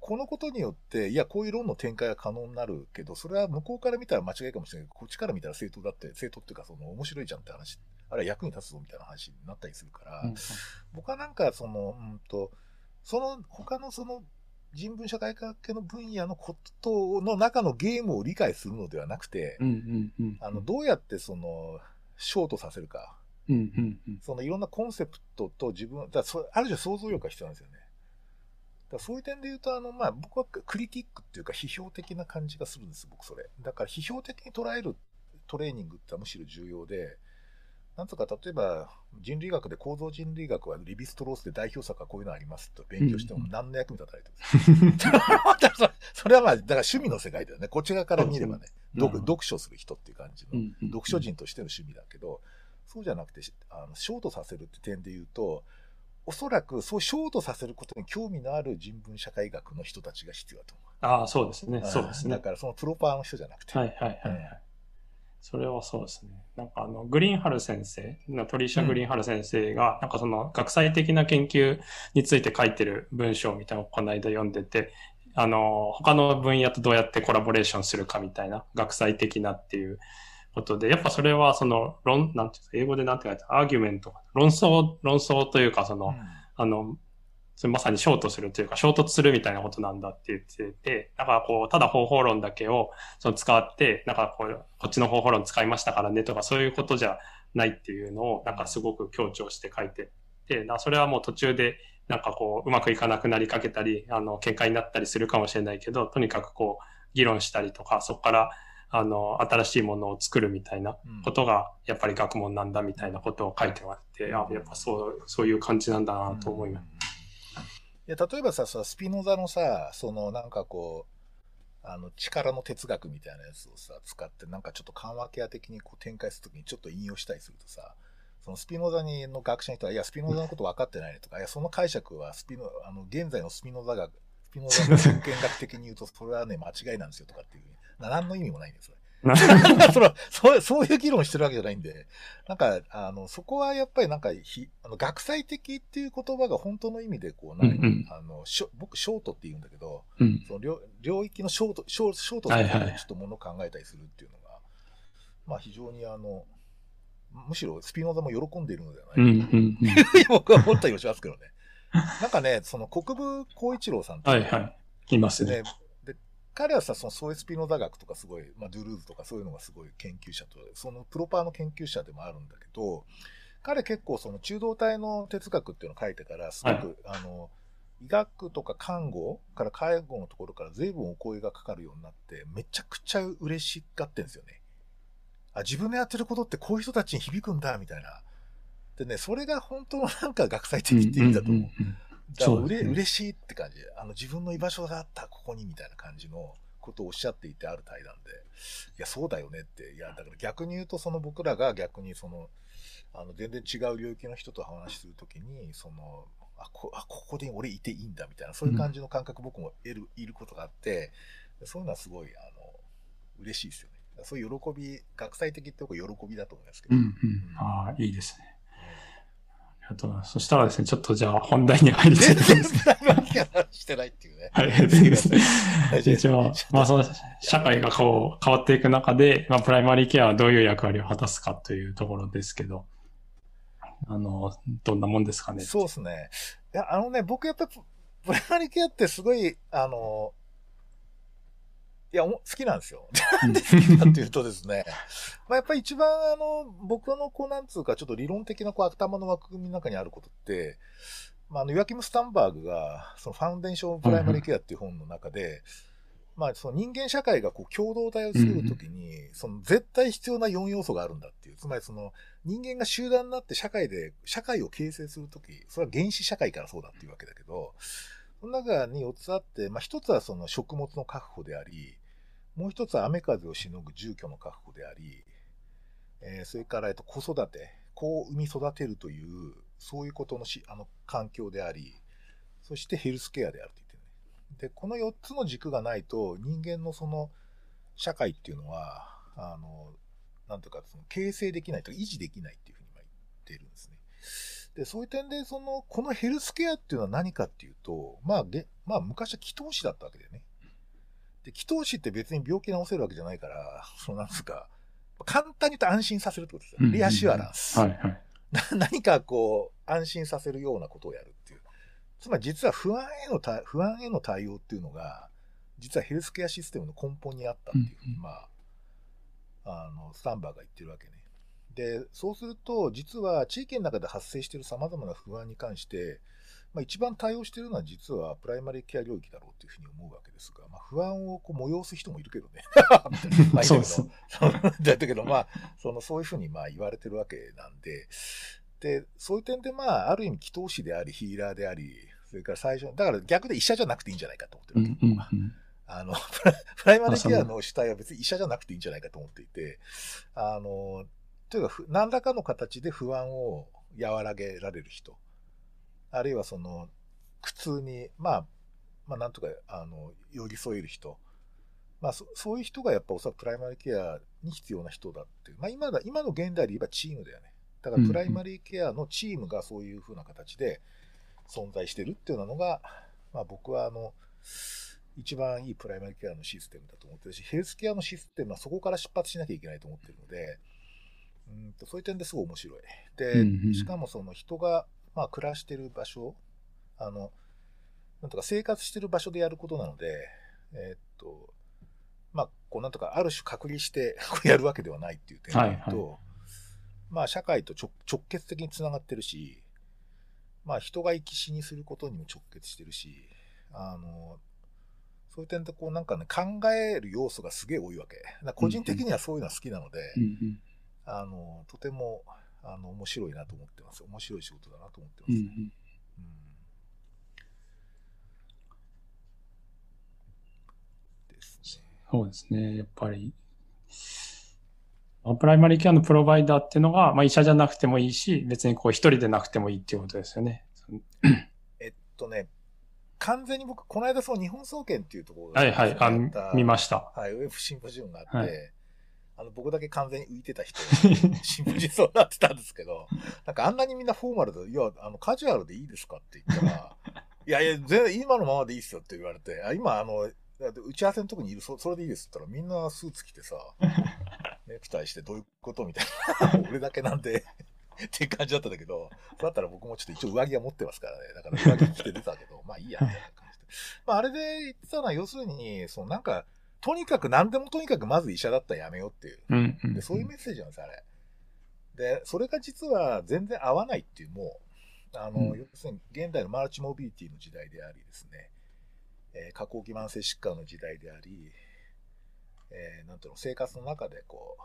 このことによって、いや、こういう論の展開が可能になるけど、それは向こうから見たら間違いかもしれないけど、こっちから見たら正当だって、正当っていうか、その面白いじゃんって話、あれは役に立つぞみたいな話になったりするから、僕はなんか、その他のその人文社会科学系の分野のことの中のゲームを理解するのではなくて、どうやってその、ショートさせるか、そのいろんなコンセプトと自分、ある種想像力が必要なんですよね。そういう点で言うと、まあ、僕はクリティックっていうか批評的な感じがするんです、僕それ。だから批評的に捉えるトレーニングってむしろ重要で、なんとか例えば人類学で構造人類学はリビストロースで代表作はこういうのありますと勉強しても何の役に立たないと思う。それはまあ、だから趣味の世界だよね。こっち側から見ればね、読書する人っていう感じの、読書人としての趣味だけど、そうじゃなくて、ショートさせるって点で言うと、おそらくそうショートさせることに興味のある人文社会学の人たちが必要だと思う。 ああ、そうですね。そうですね。 だからそのプロパーの人じゃなくて。 はいはいはい、はい。それはそうですね。なんかグリーンハル先生、トリシャ・グリーンハル先生が、なんかその学際的な研究について書いてる文章みたいなのをこの間読んでて、他の分野とどうやってコラボレーションするかみたいな、学際的なっていうことで、やっぱそれはそのなんていうか、英語でなんて書いてある、アーギュメント、論争というか、その、それまさにショートするというか、衝突するみたいなことなんだって言ってて、だからこう、ただ方法論だけを使って、なんかこっちの方法論使いましたからねとか、そういうことじゃないっていうのを、なんかすごく強調して書いてて、それはもう途中で、なんかこう、うまくいかなくなりかけたり、喧嘩になったりするかもしれないけど、とにかくこう、議論したりとか、そこから、新しいものを作るみたいなことが、やっぱり学問なんだみたいなことを書いてもらって、やっぱそういう感じなんだなと思います。 いや例えばさ、スピノザのさ、そのなんかこう、力の哲学みたいなやつをさ、使って、なんかちょっと緩和ケア的にこう展開するときにちょっと引用したりするとさ、そのスピノザの学者の人は、いや、スピノザのこと分かってないねとか、いや、その解釈は現在のスピノザの文献学的に言うと、それはね、間違いなんですよとかっていう。何の意味もないんですよ。そういう議論してるわけじゃないんで、なんか、そこはやっぱりなんか、学際的っていう言葉が本当の意味でこう、僕、ショートって言うんだけど、その領域のショートするちょっとものを考えたりするっていうのが、まあ非常にむしろスピノザも喜んでいるのではないかと、僕は思ったりもしますけどね。なんかね、その国分光一郎さんっていますね。 彼はさ、そういうスピノザ学とかすごい、まあ、ドゥルーズとかそういうのがすごい研究者と、そのプロパーの研究者でもあるんだけど、彼結構その中道体の哲学っていうのを書いてから、すごく、医学とか看護から介護のところから随分お声がかかるようになって、めちゃくちゃ嬉しがってんですよね。自分のやってることってこういう人たちに響くんだ、みたいな。でね、それが本当のなんか学際的って意味だと思う。嬉しいって感じ。自分の居場所があった、ここに、みたいな感じのことをおっしゃっていてある対談で。いや、そうだよねって。いや、だから逆に言うと、僕らが逆に全然違う領域の人と話するときに、ここで俺いていいんだ、みたいな、そういう感じの感覚僕もいることがあって、そういうのはすごい、嬉しいですよね。そういう喜び、学際的って喜びだと思いますけど。 ああ、いいですね。そしたらですね、ちょっとじゃあ本題に入りたいと思います。 してないっていうね。 はい、すいません。一応、まあその社会がこう変わっていく中で、まあプライマリーケアはどういう役割を果たすかというところですけど、どんなもんですかね。 そうですね。いや、僕やっぱりプライマリーケアってすごい、いや、好きなんですよ。なんで好きかっていうとですね、まあやっぱり一番僕のなんつうかちょっと理論的な頭の枠組みの中にあることって、まあヨアキム・スタンバーグが、そのファウンデーション・プライマリーケアっていう本の中で、まあその人間社会が共同体を作るときに、絶対必要な4要素があるんだっていう。つまり人間が集団になって社会を形成するとき、それは原始社会からそうだっていうわけだけど、その中に4つあって、まあ1つは食物の確保であり、もう一つは雨風をしのぐ住居の確保であり、それから子育て、子を産み育てるという、そういうことの環境であり、そしてヘルスケアであると言ってるね。で、この4つの軸がないと、人間の社会っていうのは、なんとか形成できないと維持できないっていうふうに言っているんですね。 で、そういう点で、このヘルスケアっていうのは何かっていうと、昔は祈祷師だったわけだよね。で、祈祷師って別に病気治せるわけじゃないから、なんつうか、簡単に言うと安心させるってことですよ。リアシュアランス。 はいはい。 何か安心させるようなことをやるっていう。つまり実は不安への対応っていうのが、実はヘルスケアシステムの根本にあったっていうふうに、スタンバーが言ってるわけね。で、そうすると、実は地域の中で発生している様々な不安に関して、一番対応しているのは実はプライマリーケア領域だろうというふうに思うわけですが、不安を催す人もいるけどね。 そうです。 だけど、そういうふうに言われてるわけなんで、で、そういう点である意味祈祷師であり、ヒーラーであり、それから最初、だから逆で医者じゃなくていいんじゃないかと思ってるわけ。プライマリーケアの主体は別に医者じゃなくていいんじゃないかと思っていて、というか、何らかの形で不安を和らげられる人、あるいは苦痛に、なんとか、寄り添える人、そういう人がやっぱおそらくプライマリーケアに必要な人だっていう。今の現代で言えばチームだよね。だからプライマリーケアのチームがそういう風な形で存在してるっていうのが、僕は一番いいプライマリーケアのシステムだと思ってるし、ヘルスケアのシステムはそこから出発しなきゃいけないと思ってるので、そういう点ですごい面白い。で、しかも人が、暮らしてる場所、なんとか生活してる場所でやることなので、なんとかある種隔離してやるわけではないっていう点で言うと、社会と直結的につながってるし、人が生き死にすることにも直結してるし、そういう点でなんかね、考える要素がすげえ多いわけ。個人的にはそういうのは好きなので、とても、面白いなと思ってます。面白い仕事だなと思ってます。ですね。 そうですね。やっぱり、プライマリーケアのプロバイダーっていうのが、医者じゃなくてもいいし、別に一人でなくてもいいっていうことですよね。 完全に僕、この間日本総研っていうところで、見ました。 はい、ウェブシンポジウムがあって、僕だけ完全に浮いてた人、シンポジウムになってたんですけど、なんかあんなにみんなフォーマルで、いや、カジュアルでいいですかって言ったら、いや、全然今のままでいいっすよって言われて、今、打ち合わせのとこにいる、それでいいですって言ったら、みんなスーツ着てさ、ネクタイしてどういうことみたいな。俺だけなんでっていう感じだったんだけど、そうだったら僕もちょっと一応上着は持ってますからね。だから上着着て出たけど、いいや、みたいな感じで。あれで言ってたのは、要するに、なんか、とにかく何でもとにかくまず医者だったらやめようっていう。で、そういうメッセージなんです、あれ。で、それが実は全然合わないっていう、もう、要するに現代のマルチモビリティの時代でありですね、下降基慢性疾患の時代であり、なんていうの、生活の中で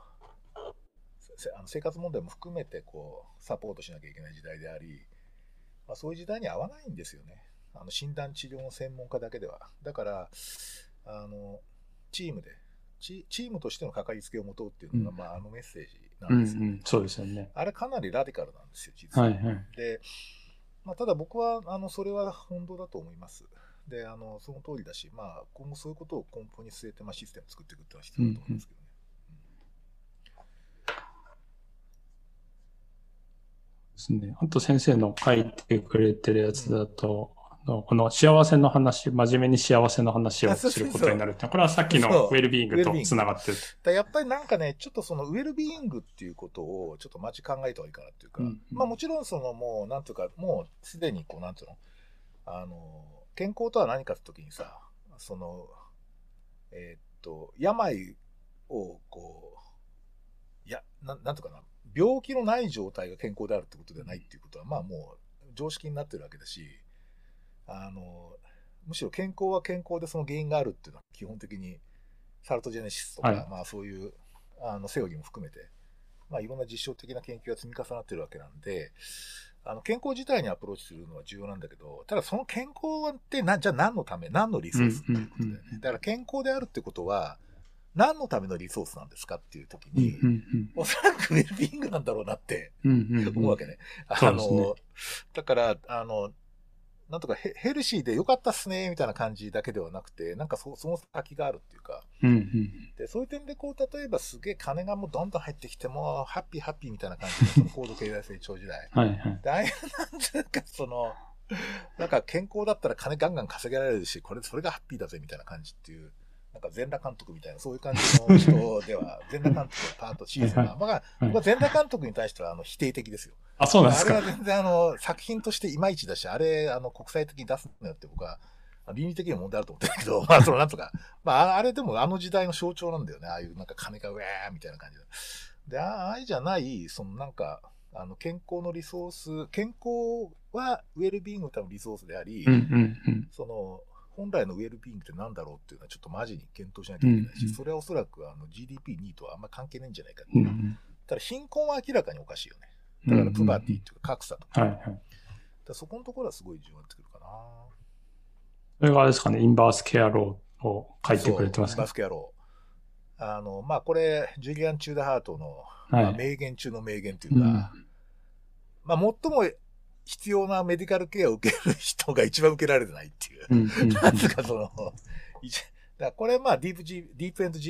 生活問題も含めてサポートしなきゃいけない時代であり、そういう時代に合わないんですよね。診断治療の専門家だけでは。だから、チームとしてのかかりつけを持とうっていうのが、メッセージなんですよね。 そうですよね。 あれかなりラディカルなんですよ、実は。で、ただ僕は、それは本当だと思います。で、その通りだし、今後そういうことを根本に据えて、システムを作っていくっていうのは必要だと思いますけどね。 ですね。あと先生の書いてくれてるやつだと、この幸せの話、真面目に幸せの話をすることになるって、これはさっきのウェルビーイングとつながってる。 やっぱりなんかね、ちょっとウェルビーイングっていうことをちょっとマジ考えた方がいいかなっていうか、もちろんもう、なんていうか、もうすでになんていうの、健康とは何かって時にさ、病をなんとかな、病気のない状態が健康であるってことではないっていうことは、もう常識になってるわけだし、むしろ健康は健康でその原因があるっていうのは基本的にサルトジェネシスとか、そういうセオリーも含めて、いろんな実証的な研究が積み重なってるわけなんで、健康自体にアプローチするのは重要なんだけど、ただその健康ってじゃあ何のため、何のリソースっていうことだよね。だから健康であるってことは、何のためのリソースなんですかっていうときに、おそらくウェルビーイングなんだろうなって思うわけね。だから、 なんとかヘルシーで良かったっすね、みたいな感じだけではなくて、なんかその先があるっていうか、 うんうんで、そういう点でこう、例えばすげえ金がもうどんどん入ってきても、ハッピーハッピーみたいな感じで、その高度経済成長時代。 はいはい。 で、ああいうなんていうか、なんか健康だったら金ガンガン稼げられるし、それがハッピーだぜみたいな感じっていう、なんか全裸監督みたいな、そういう感じの人では、全裸監督のパートシーズンは、まあ、僕は全裸監督に対しては否定的ですよ。 あ、そうなんですか。 あれは全然作品としていまいちだし、あれ、国際的に出すのよって僕は、倫理的には問題あると思ってるけど、まあ、なんとか、まあ、あれでもあの時代の象徴なんだよね。ああいうなんか金がウェーみたいな感じで。で、ああいうじゃない、なんか、健康のリソース、健康はウェルビーイングのためのリソースであり、 うんうんうん。 本来のウェルビーイングって何だろうっていうのはちょっとマジに検討しなきゃいけないし、 うんうんそれはおそらくGDP2 位とはあんま関係ないんじゃないかっていう。 うんうん。 ただ貧困は明らかにおかしいよね。だからプバティっていうか格差とか。 はいはい。 だそこのところはすごい重要になってくるかな。 それがあれですかね、インバースケアローを書いてくれてますか。 インバースケアロー。まあこれ、ジュリアン・チューダハートの、まあ、名言中の名言というか、まあ最も必要なメディカルケアを受ける人が一番受けられてないっていう。なんつうかだからこれまあディープエンド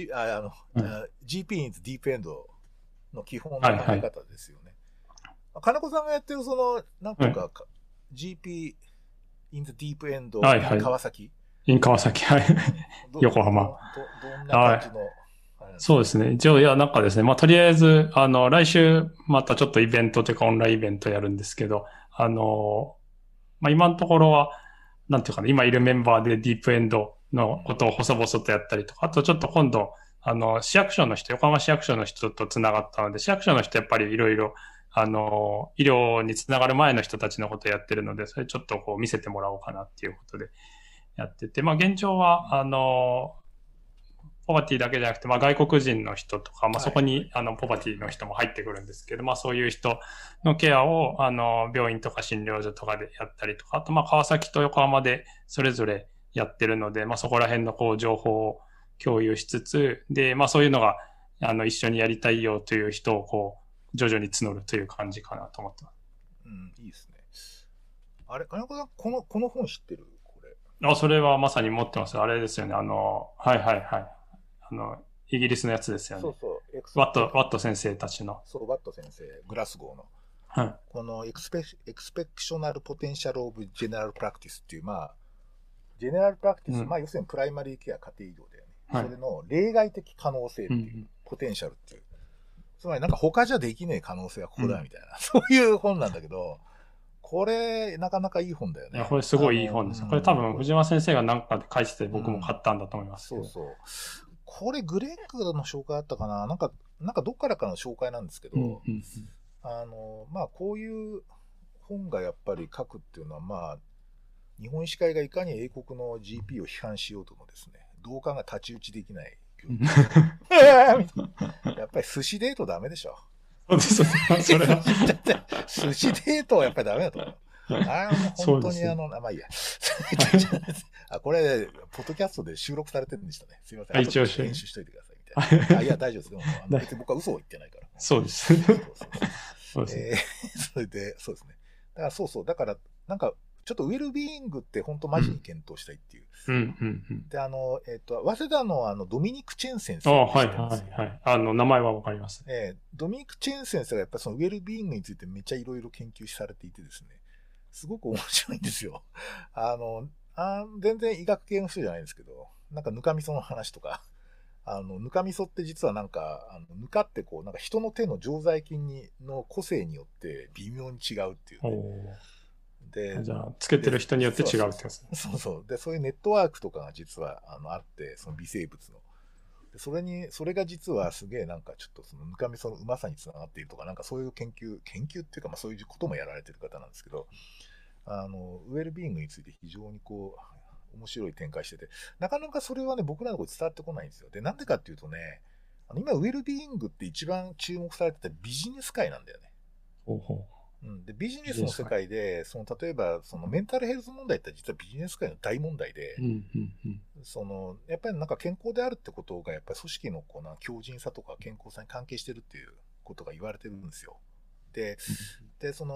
GP インズディープエンドの基本の考え方ですよね。金子さんがやってるなんとか、GP in the deep end in 川崎。 in 川崎、はい。横浜。 どんな感じの、 そうですね。一応、なんかですね、まあ、とりあえず、来週、またちょっとイベントというか、オンラインイベントやるんですけど、まあ、今のところは、なんていうかな、今いるメンバーでディープエンドのことを細々とやったりとか、あとちょっと今度、市役所の人、横浜市役所の人と繋がったので、市役所の人やっぱりいろいろ、医療につながる前の人たちのことをやってるので、それちょっとこう見せてもらおうかなっていうことでやってて、まあ現状は、ポバティだけじゃなくて、まあ外国人の人とか、まあそこに、ポバティの人も入ってくるんですけど、まあそういう人のケアを、病院とか診療所とかでやったりとか、あとまあ川崎と横浜でそれぞれやってるので、まあそこら辺のこう情報を共有しつつ、で、まあそういうのが、一緒にやりたいよという人をこう、徐々に募るという感じかなと思ってます。 うん、いいですね。あれ、金子さん、この本知ってるこれ。 それはまさに持ってます。あれですよね。はいはいはい。イギリスのやつですよね。 そうそう。 ワット先生たちの。 そう、ワット先生、グラスゴーの。 はい。 このエクスペクショナルポテンシャルオブジェネラルプラクティスっていう、まあ、ジェネラルプラクティス、まあ要するにプライマリーケア家庭医療だよね。はい、それの例外的可能性っていう、ポテンシャルっていう。つまりなんか他じゃできねえ可能性はここだみたいな、そういう本なんだけど、これなかなかいい本だよね。 いや、これすごいいい本です。これ多分藤間先生が何かで書いてて僕も買ったんだと思います。 そうそう。これグレッグの紹介あったかな、なんかどっからかの紹介なんですけど、まあこういう本がやっぱり書くっていうのは、まあ、日本医師会がいかに英国の GP を批判しようともですね、同感が太刀打ちできない。やっぱり寿司デートダメでしょ。 そうです。それは。 寿司デートはやっぱりダメだと思う。本当にまあいいや。これ、ポッドキャストで収録されてるんでしたね。すいません。 一応編集しといてくださいみたいな。いや、大丈夫です。でも、別に僕は嘘を言ってないから。 そうです。 それで、そうですね。だからそうそう。だから、なんか、ちょっとウェルビーイングって本当マジに検討したいっていう。で、早稲田のドミニク・チェン先生。 はいはいはい。名前はわかります。 ドミニク・チェン先生がやっぱりそのウェルビーイングについてめっちゃいろいろ研究されていてですね、すごく面白いんですよ。全然医学系の人じゃないんですけど、なんかぬかみその話とか、ぬかみそって実はなんか、ぬかってこう、なんか人の手の常在菌の個性によって微妙に違うっていう、ね。 で、じゃあ、つけてる人によって違うってやつ。 そうそう。で、そういうネットワークとかが実はあって、その微生物の。でそれが実はすげえなんかちょっとそのぬかみそのうまさにつながっているとか、なんかそういう研究っていうか、まあそういうこともやられてる方なんですけど、ウェルビーイングについて非常にこう、面白い展開してて、なかなかそれはね、僕らのところ伝わってこないんですよ。で、なんでかっていうとね、今ウェルビーイングって一番注目されてたビジネス界なんだよね。でビジネスの世界で、例えば、メンタルヘルス問題って実はビジネス界の大問題で、やっぱりなんか健康であるってことが、やっぱり組織の強靭さとか健康さに関係してるっていうことが言われてるんですよ。で、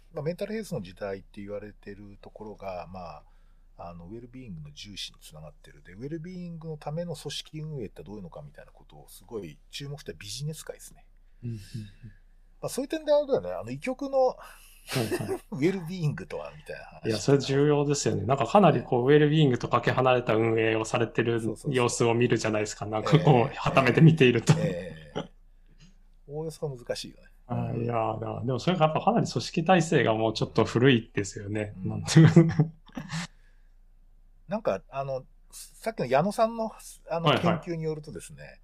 まあ、メンタルヘルスの時代って言われてるところが、まあ、ウェルビーイングの重視につながってる。で、ウェルビーイングのための組織運営ってどういうのかみたいなことをすごい注目したビジネス界ですね。まあ、そういう点であれだよね、医局のウェルビーイングとはみたいな話。 いや、それ重要ですよね。なんかかなりこう、ウェルビーイングとかけ離れた運営をされてる様子を見るじゃないですか。なんかこう、はためて見ていると。 おおよそ難しいよね。 いやでもそれがやっぱかなり組織体制がもうちょっと古いですよね。 なんか、さっきの矢野さんの、研究によるとですね、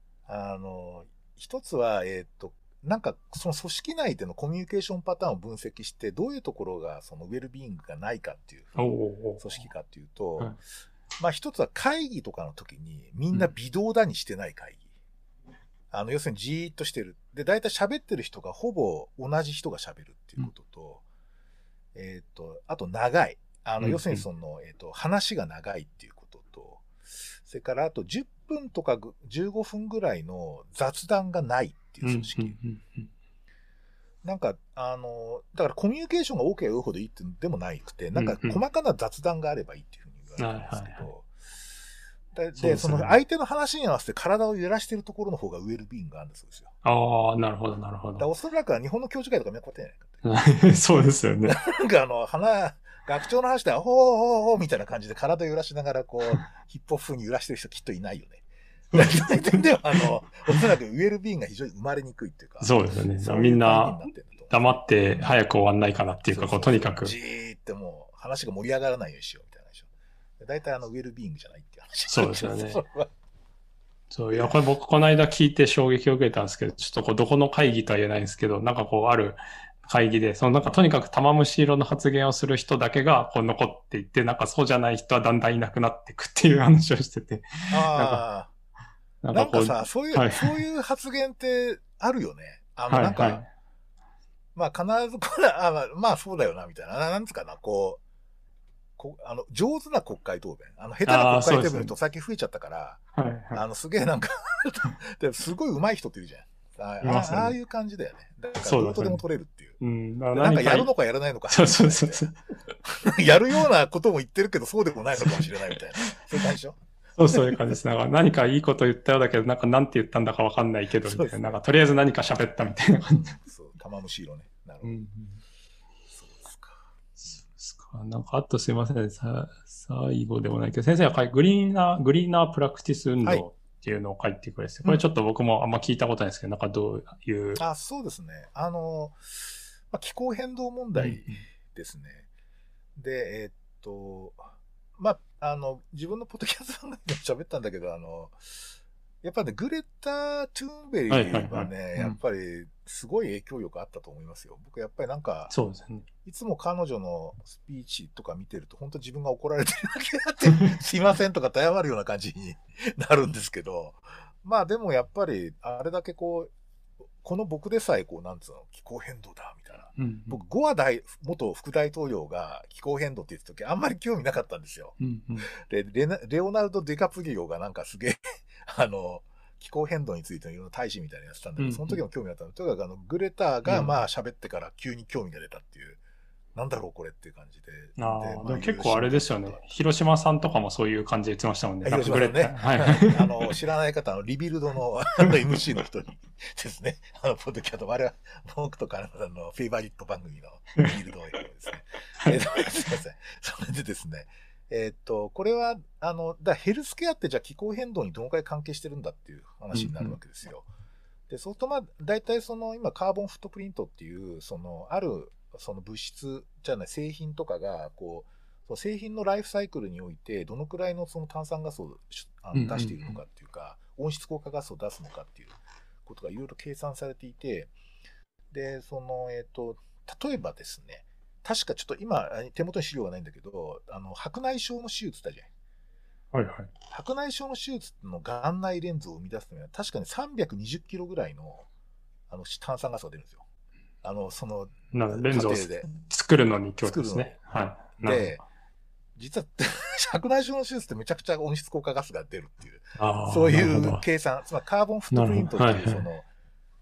一つは、なんか、その組織内でのコミュニケーションパターンを分析して、どういうところが、そのウェルビーイングがないかっていう、組織かっていうと、まあ一つは会議とかの時に、みんな微動だにしてない会議。要するにじーっとしてる。で、大体喋ってる人がほぼ同じ人が喋るっていうことと、あと長い。要するにその、話が長いっていうことと、それからあと10分とか15分ぐらいの雑談がないっていう組織。なんか、だからコミュニケーションが多ければ多いほどいいってでもないくて、なんか細かな雑談があればいいっていうふうに言われてるんですけど、で、その相手の話に合わせて体を揺らしてるところの方がウェルビーイングがあるんですよ。 ああ、なるほど、なるほど。 おそらく日本の教授会とかみんなこうやってないかって。 そうですよね。 なんか学長の話で、ほーほーほーみたいな感じで体を揺らしながら、こう、ヒップホップ風に揺らしてる人きっといないよね。大体では、おそらくウェルビーイングが非常に生まれにくいっていうか。 そうですよね。みんな、黙って早く終わんないかなっていうか、とにかく。 じーってもう、話が盛り上がらないようにしようみたいな話を。大体ウェルビーイングじゃないっていう話。 そうですよね。そう、いや、これ僕この間聞いて衝撃を受けたんですけど、ちょっとこうどこの会議とは言えないんですけど、なんかこうある会議で、なんかとにかく玉虫色の発言をする人だけがこう残っていって、なんかそうじゃない人はだんだんいなくなっていくっていう話をしてて。 なんかさ、そういう発言ってあるよね。なんか、まあ必ずこれ、まあそうだよな、みたいな。なんつうかな、上手な国会答弁。下手な国会答弁と最近増えちゃったから、すげえなんかすごい上手い人っているじゃん。ああいう感じだよね。だからどうとでも取れるっていう。なんかやるのかやらないのか。やるようなことも言ってるけど、そうでもないのかもしれないみたいな。そういう感じでしょ？ そういう感じです。なんか何かいいこと言ったようだけど、なんかなんて言ったんだかわかんないけど、みたいな。なんかとりあえず何か喋ったみたいな感じ。 そう、玉虫色ね。なるほど。 なんかあとすいません。最後でもないけど、先生はグリーナープラクティス運動っていうのを書いてくれて、これちょっと僕もあんま聞いたことないですけど、なんかどういう。 そうですね。気候変動問題ですね。で、自分のポッドキャストで喋ったんだけど、やっぱね、グレタ・トゥーンベリーはね、やっぱりすごい影響力あったと思いますよ。僕やっぱりなんか、 そうですね。 いつも彼女のスピーチとか見てると、本当自分が怒られてるだけあって、すいませんとか謝るような感じになるんですけど、まあでもやっぱり、あれだけこの僕でさえなんつうの、気候変動だ、みたいな。僕、ゴア元副大統領が気候変動って言った時、あんまり興味なかったんですよ。で、レオナルド・デカプリオがなんかすげえ気候変動についてのいろんな大使みたいなやつしたんだけど、その時も興味あったの。とにかくグレタがまあ喋ってから急に興味が出たっていう、なんだろうこれっていう感じで。 でも結構あれですよね。広島さんとかもそういう感じで言ってましたもんね。 広島さんね。知らない方、リビルドのMC の人にですね、ポッドキャスト、あれは僕とかのフェイバリット番組のリビルドですね。すいません。それでですね、これは、ヘルスケアってじゃあ気候変動にどのくらい関係してるんだっていう話になるわけですよ。で、そうすると大体今カーボンフットプリントっていう、ある、物質じゃない、製品とかが、製品のライフサイクルにおいて、どのくらいの炭酸ガスを出しているのかっていうか、温室効果ガスを出すのかっていうことがいろいろ計算されていて、で、例えばですね、確かちょっと今、手元に資料がないんだけど、白内障の手術だじゃん。白内障の手術の眼内レンズを生み出すためには、確かに320キロぐらいの、炭酸ガスが出るんですよ。 レンズを作るのに今日ですね。 で、実は、白内障の手術ってめちゃくちゃ温室効果ガスが出るっていう、そういう計算、つまりカーボンフットプリントっていう、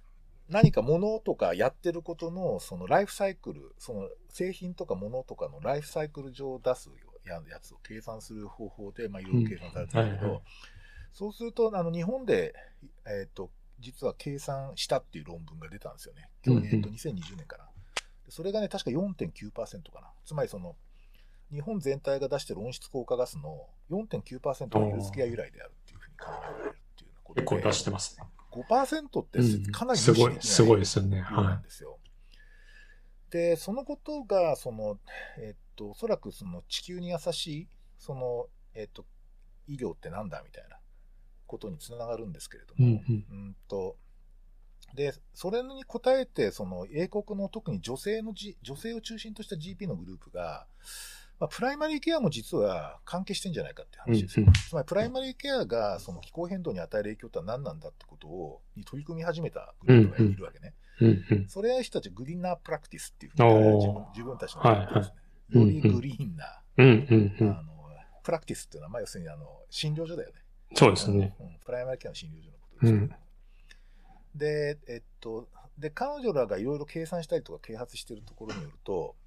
何か物とかやってることの、そのライフサイクル、その製品とか物とかのライフサイクル上を出すやつを計算する方法で、まあ、いろいろ計算されてるんだけど、そうすると、日本で、実は計算したっていう論文が出たんですよね。去年、2020年かな。それがね、確か 4.9% かな。つまりその、日本全体が出している温室効果ガスの 4.9% がユースケア由来であるっていうふうに考えられるっていうことで。 結構出してますね。 5% ってかなりすごいですよね。 なんですよ。で、そのことが、その、おそらくその地球に優しい、その、医療ってなんだみたいなことにつながるんですけれども、で、それに応えて、その英国の特に女性を中心とした GP のグループが、まあ、プライマリーケアも実は関係してんじゃないかっていう話ですよ。つまり、プライマリーケアがその気候変動に与える影響って何なんだってことに取り組み始めたグループがいるわけね。それは人たちグリーンナープラクティスっていうふうに自分たちの言ってですね。よりグリーンな、プラクティスっていうのは、まあ、要するに診療所だよね。 そうですね。 プライマリーケアの診療所のことですよね。で、彼女らがいろいろ計算したりとか啓発しているところによると、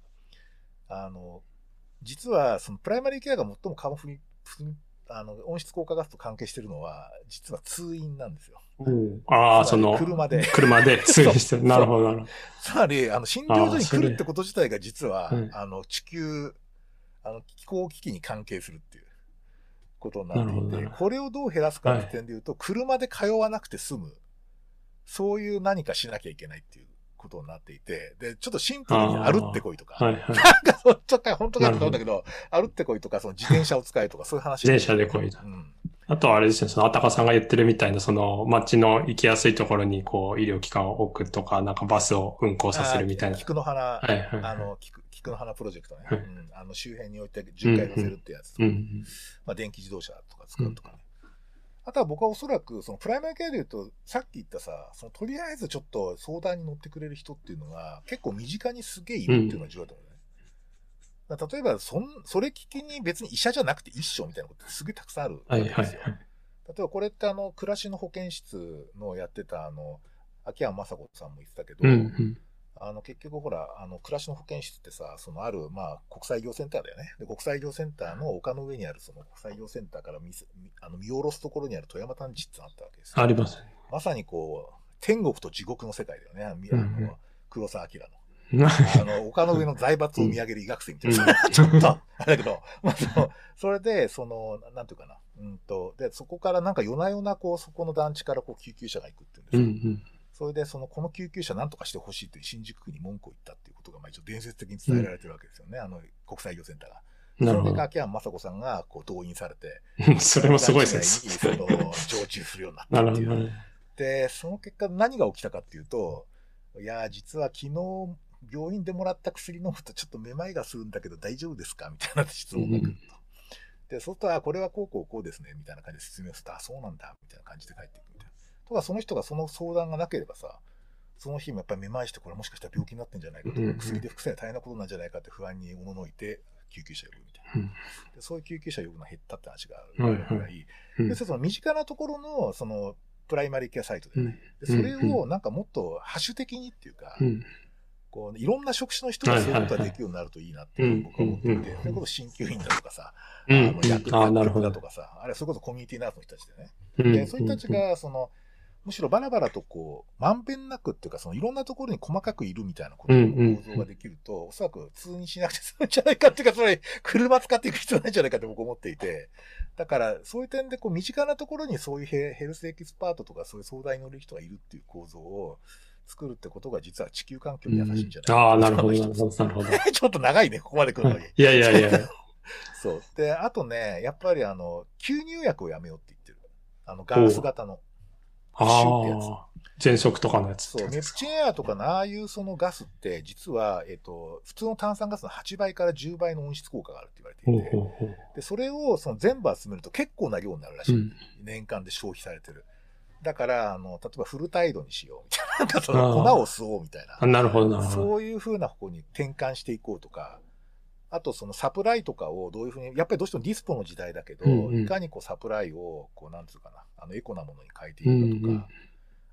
実はそのプライマリーケアが最もカーボン温室効果ガスと関係しているのは、実は通院なんですよ。 その車で通院してる。なるほど。 つまり、診療所に来るってこと自体が実は、地球、気候危機に関係するっていうことになっていて、これをどう減らすかって点で言うと、車で通わなくて済む。そういう何かしなきゃいけないっていうことになっていて、で、ちょっとシンプルに歩ってこいとか、なんかちょっと本当かと思うんだけど、歩ってこいとか、その自転車を使えとか、そういう話。 自転車で来いと。あとはあれですね、そのあたかさんが言ってるみたいな、その街の行きやすいところにこう医療機関を置くとか、なんかバスを運行させるみたいな。 菊の花、菊の花プロジェクトね。周辺に置いて巡回させるってやつとか、まあ電気自動車とか使うとかね。あとは僕はおそらく、そのプライマリケアで言うと、さっき言ったさ、そのとりあえずちょっと相談に乗ってくれる人っていうのが、結構身近にすげえいるっていうのが重要だと思うね。例えば、それ聞きに別に医者じゃなくて一緒みたいなことってすげえたくさんあるわけですよ。例えばこれって暮らしの保健室のやってた秋山雅子さんも言ってたけど、結局ほら、暮らしの保健室ってさ、まあ、国際医療センターだよね。で、国際医療センターの丘の上にある、その国際医療センターから見下ろすところにある富山団地ってあったわけですよ。 あります。 まさにこう、天国と地獄の世界だよね。黒澤明の。丘の上の財閥を見上げる医学生みたいな。ちょっと、あれだけど、まあ、それで、なんていうかな。で、そこからなんか夜な夜なこう、そこの団地からこう救急車が行くっていうんですよ。それで、この救急車なんとかしてほしいって新宿区に文句を言ったっていうことが、まあ一応伝説的に伝えられてるわけですよね。国際医療センターが。それで、秋山雅子さんが、こう、動員されて。 それもすごいですね。常駐するようになったっていう。で、その結果何が起きたかっていうと、いや、実は昨日、病院でもらった薬飲むとちょっとめまいがするんだけど大丈夫ですかみたいな質問が来ると。で、そうすると、これはこうですね、みたいな感じで説明すると、そうなんだ、みたいな感じで帰っていくみたいな。とか、その人がその相談がなければさ、その日もやっぱりめまいして、これもしかしたら病気になってんじゃないかとか、薬で副作用大変なことなんじゃないかって不安におののいて、救急車呼ぶみたいな。でそういう救急車呼ぶの減ったって話があるぐらい、でその身近なところの、プライマリーケアサイトでね、でそれをなんかもっとハッシュ的にっていうか、こういろんな職種の人がそういうことができるようになるといいなっていう僕は思っていて、それこそ鍼灸院だとかさ、薬だとかさ、あるいはそれこそコミュニティナースの人たちでね。で、そういう人たちが、むしろバラバラとこう、まんべんなくっていうか、いろんなところに細かくいるみたいなことの構造ができると、おそらく通にしなくて済むんじゃないかっていうか、つまり車使っていく必要ないんじゃないかって僕思っていて、だからそういう点でこう、身近なところにそういうヘルスエキスパートとかそういう相談に乗る人がいるっていう構造を、作るってことが実は地球環境に優しいんじゃないか、 ああ、なるほど。なるほど。 ちょっと長いね、ここまで来るのに。 いやいやいや。 そう。で、あとね、やっぱり吸入薬をやめようって言ってる。ガラス型の。 シュってやつ。喘息とかのやつ。 そう。ネプチンエアとかのああいうそのガスって、実は、普通の炭酸ガスの8倍から10倍の温室効果があるって言われていて。で、それを全部集めると結構な量になるらしい。年間で消費されてる。だから、例えばフルタイドにしようみたいな。なんか粉を吸おうみたいな。 なるほど、なるほど。 そういう風な方向に転換していこうとか、あとサプライとかをどういう風に、やっぱりどうしてもディスポの時代だけど、いかにこうサプライを、こうなんつうかな、エコなものに変えていくかとか、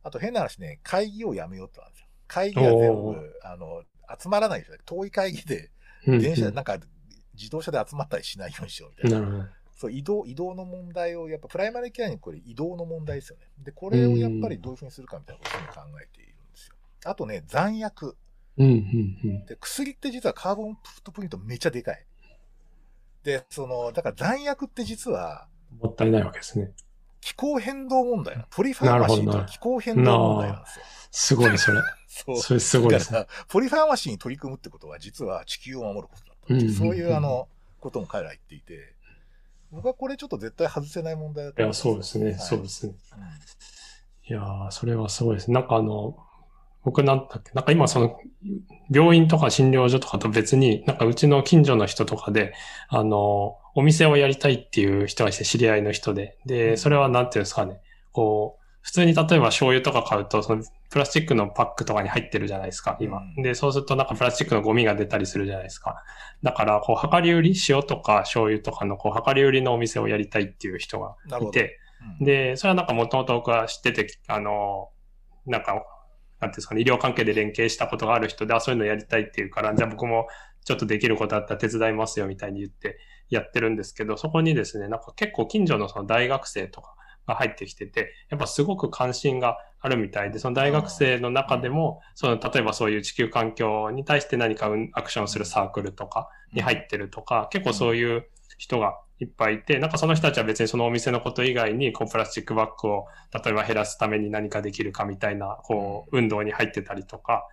あと変な話ね、会議をやめようってなんですよ。会議は全おー。 部、集まらないですよ。遠い会議で、 うん電車、 うなんか、自動車で集まったりしないようにしようみたいん。 な。 なるほど。 そう、移動の問題を、やっぱプライマリケアにこれ移動の問題ですよね。で、こうれをやっぱん。 りどういうふうにするかみたいなことを考えているんですよ。あとね、残薬。 うんうんで、薬って実はカーボンフットプリントめっちゃでかい。で、だから残薬って実は、 うん。もったいないわけですね。 気候変動問題な。ポリファなるほどーマシーとは気候変動問題なんですよ。 すごい、それ。 そう。 それすごいですね。 だから、ポリファーマシーに取り組むってことは、実は地球を守ることだったっていう、そういうことも彼ら言っていて、僕はこれちょっと絶対外せない問題だといや、 思います。 そうですね。 はい、 そうですね。 うん、 いやー、それはすごいです。なんか僕なんだっけ、なんか今病院とか診療所とかと別に、なんかうちの近所の人とかで、お店をやりたいっていう人がいて、知り合いの人で。で、それはなんていうんですかね。こう、普通に例えば醤油とか買うと、そのプラスチックのパックとかに入ってるじゃないですか、今。で、そうするとなんかプラスチックのゴミが出たりするじゃないですか。だから、量り売り、塩とか醤油とかの量り売りのお店をやりたいっていう人がいて、で、それはなんかもともと僕は知ってて、なんか、なんていうんですかね、医療関係で連携したことがある人で、そういうのやりたいっていうから、じゃあ僕もちょっとできることあったら手伝いますよみたいに言ってやってるんですけど、そこにですね、なんか結構近所のその大学生とかが入ってきてて、やっぱすごく関心があるみたいで、その大学生の中でも、例えばそういう地球環境に対して何かアクションするサークルとかに入ってるとか、結構そういう人がいっぱいいて、なんかその人たちは別にそのお店のこと以外に、プラスチックバッグを例えば減らすために何かできるかみたいな、運動に入ってたりとか、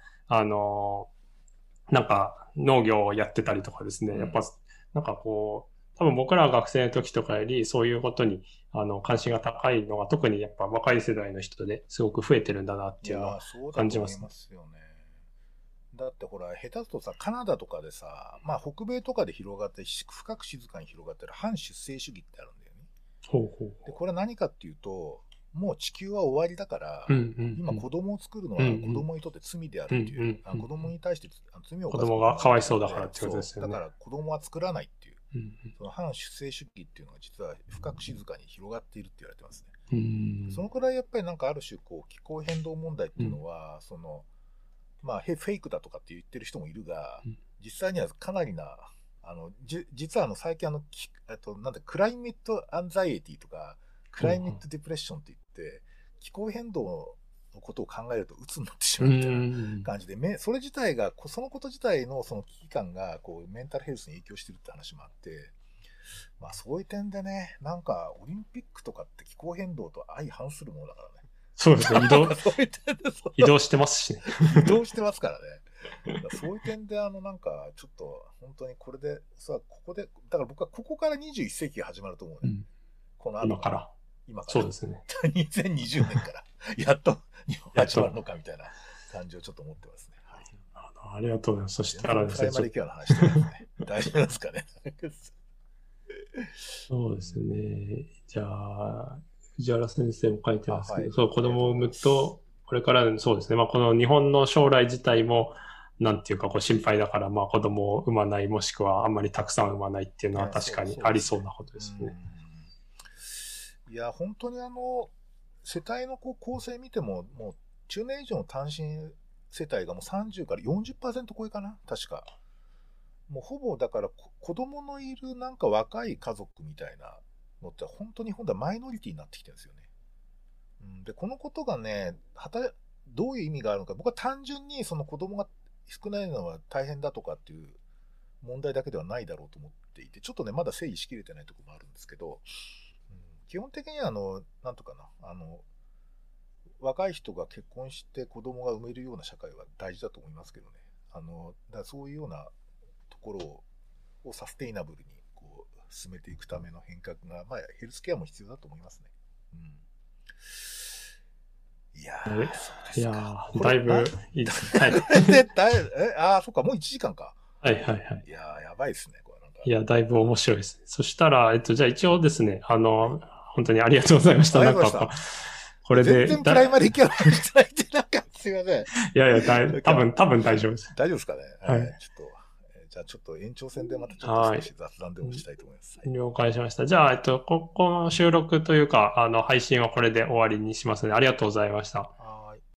なんか農業をやってたりとかですね、やっぱ、なんか多分僕ら学生の時とかよりそういうことに、関心が高いのが特にやっぱ若い世代の人ですごく増えてるんだなっていうのを感じます。 いや、そうだと思いますよね。だってほら、下手するとさ、カナダとかでさ、まあ北米とかで広がって、深く静かに広がってる反出生主義ってあるんだよね。で、これは何かっていうと、もう地球は終わりだから、今子供を作るのは子供にとって罪であるっていう、子供に対して罪を犯す子供がかわいそうだからってことですよね。 だから子供は作らないっていう、その反出生主義っていうのが実は深く静かに広がっているって言われてますね。そのくらいやっぱりなんかある種気候変動問題っていうのは、まあ、フェイクだとかって言ってる人もいるが、実際にはかなりな、実は最近なんだ、クライメットアンザイエティとか、クライメットデプレッションって言って、気候変動のことを考えると鬱になってしまうみたいな感じで、それ自体が、そのこと自体のその危機感が、メンタルヘルスに影響してるって話もあって、まあそういう点でね、なんかオリンピックとかって気候変動と相反するものだからね。 そうですね。移動してますしね。 移動してますからね。そういう点で、なんか、ちょっと、本当にこれで、さ、ここで、だから僕はここから21世紀が始まると思うね。この後今から。そうですね。 2020年から、やっと日本始まるのかみたいな感じをちょっと思ってますね。はい、 ありがとうございます。そしたらですね。 プライマリケアの話してますね。大丈夫ですかね。 そうですね。じゃあ、藤原先生も書いてますけど、そう、子供を産むと、これからそうですね。まあ、この日本の将来自体も、なんていうか、心配だから、まあ、子供を産まない、もしくはあんまりたくさん産まないっていうのは確かにありそうなことですね。 いや、本当に世帯の構成見ても、もう中年以上の単身世帯がもう30から 40% 超えかな、確か。もうほぼだから子供のいるなんか若い家族みたいなのって本当に日本ではマイノリティになってきてるんですよね。で、このことがね、どういう意味があるのか、僕は単純にその子供が少ないのは大変だとかっていう問題だけではないだろうと思っていて、ちょっとね、まだ整理しきれてないところもあるんですけど、基本的にはなんとかな、若い人が結婚して子供が産めるような社会は大事だと思いますけどね。だからそういうようなところをサステイナブルに進めていくための変革が、まあ、ヘルスケアも必要だと思いますね。いやー、そうですか。 だいぶいいですね。はい。 そっか、もう1時間か。 はいはいはい。 いやー、やばいですね、これなんか。 いや、だいぶ面白いですね。そしたら、じゃあ一応ですね、本当にありがとうございました。なんかこれで。 全然プライマリーキャラしてないって、なんか、すいません。 いやいや、多分大丈夫です。 大丈夫ですかね。 はい。 じゃあちょっと延長戦でまたちょっと少し雑談でもしたいと思います。 了解しました。じゃあ、ここの収録というか、配信はこれで終わりにしますので、ありがとうございました。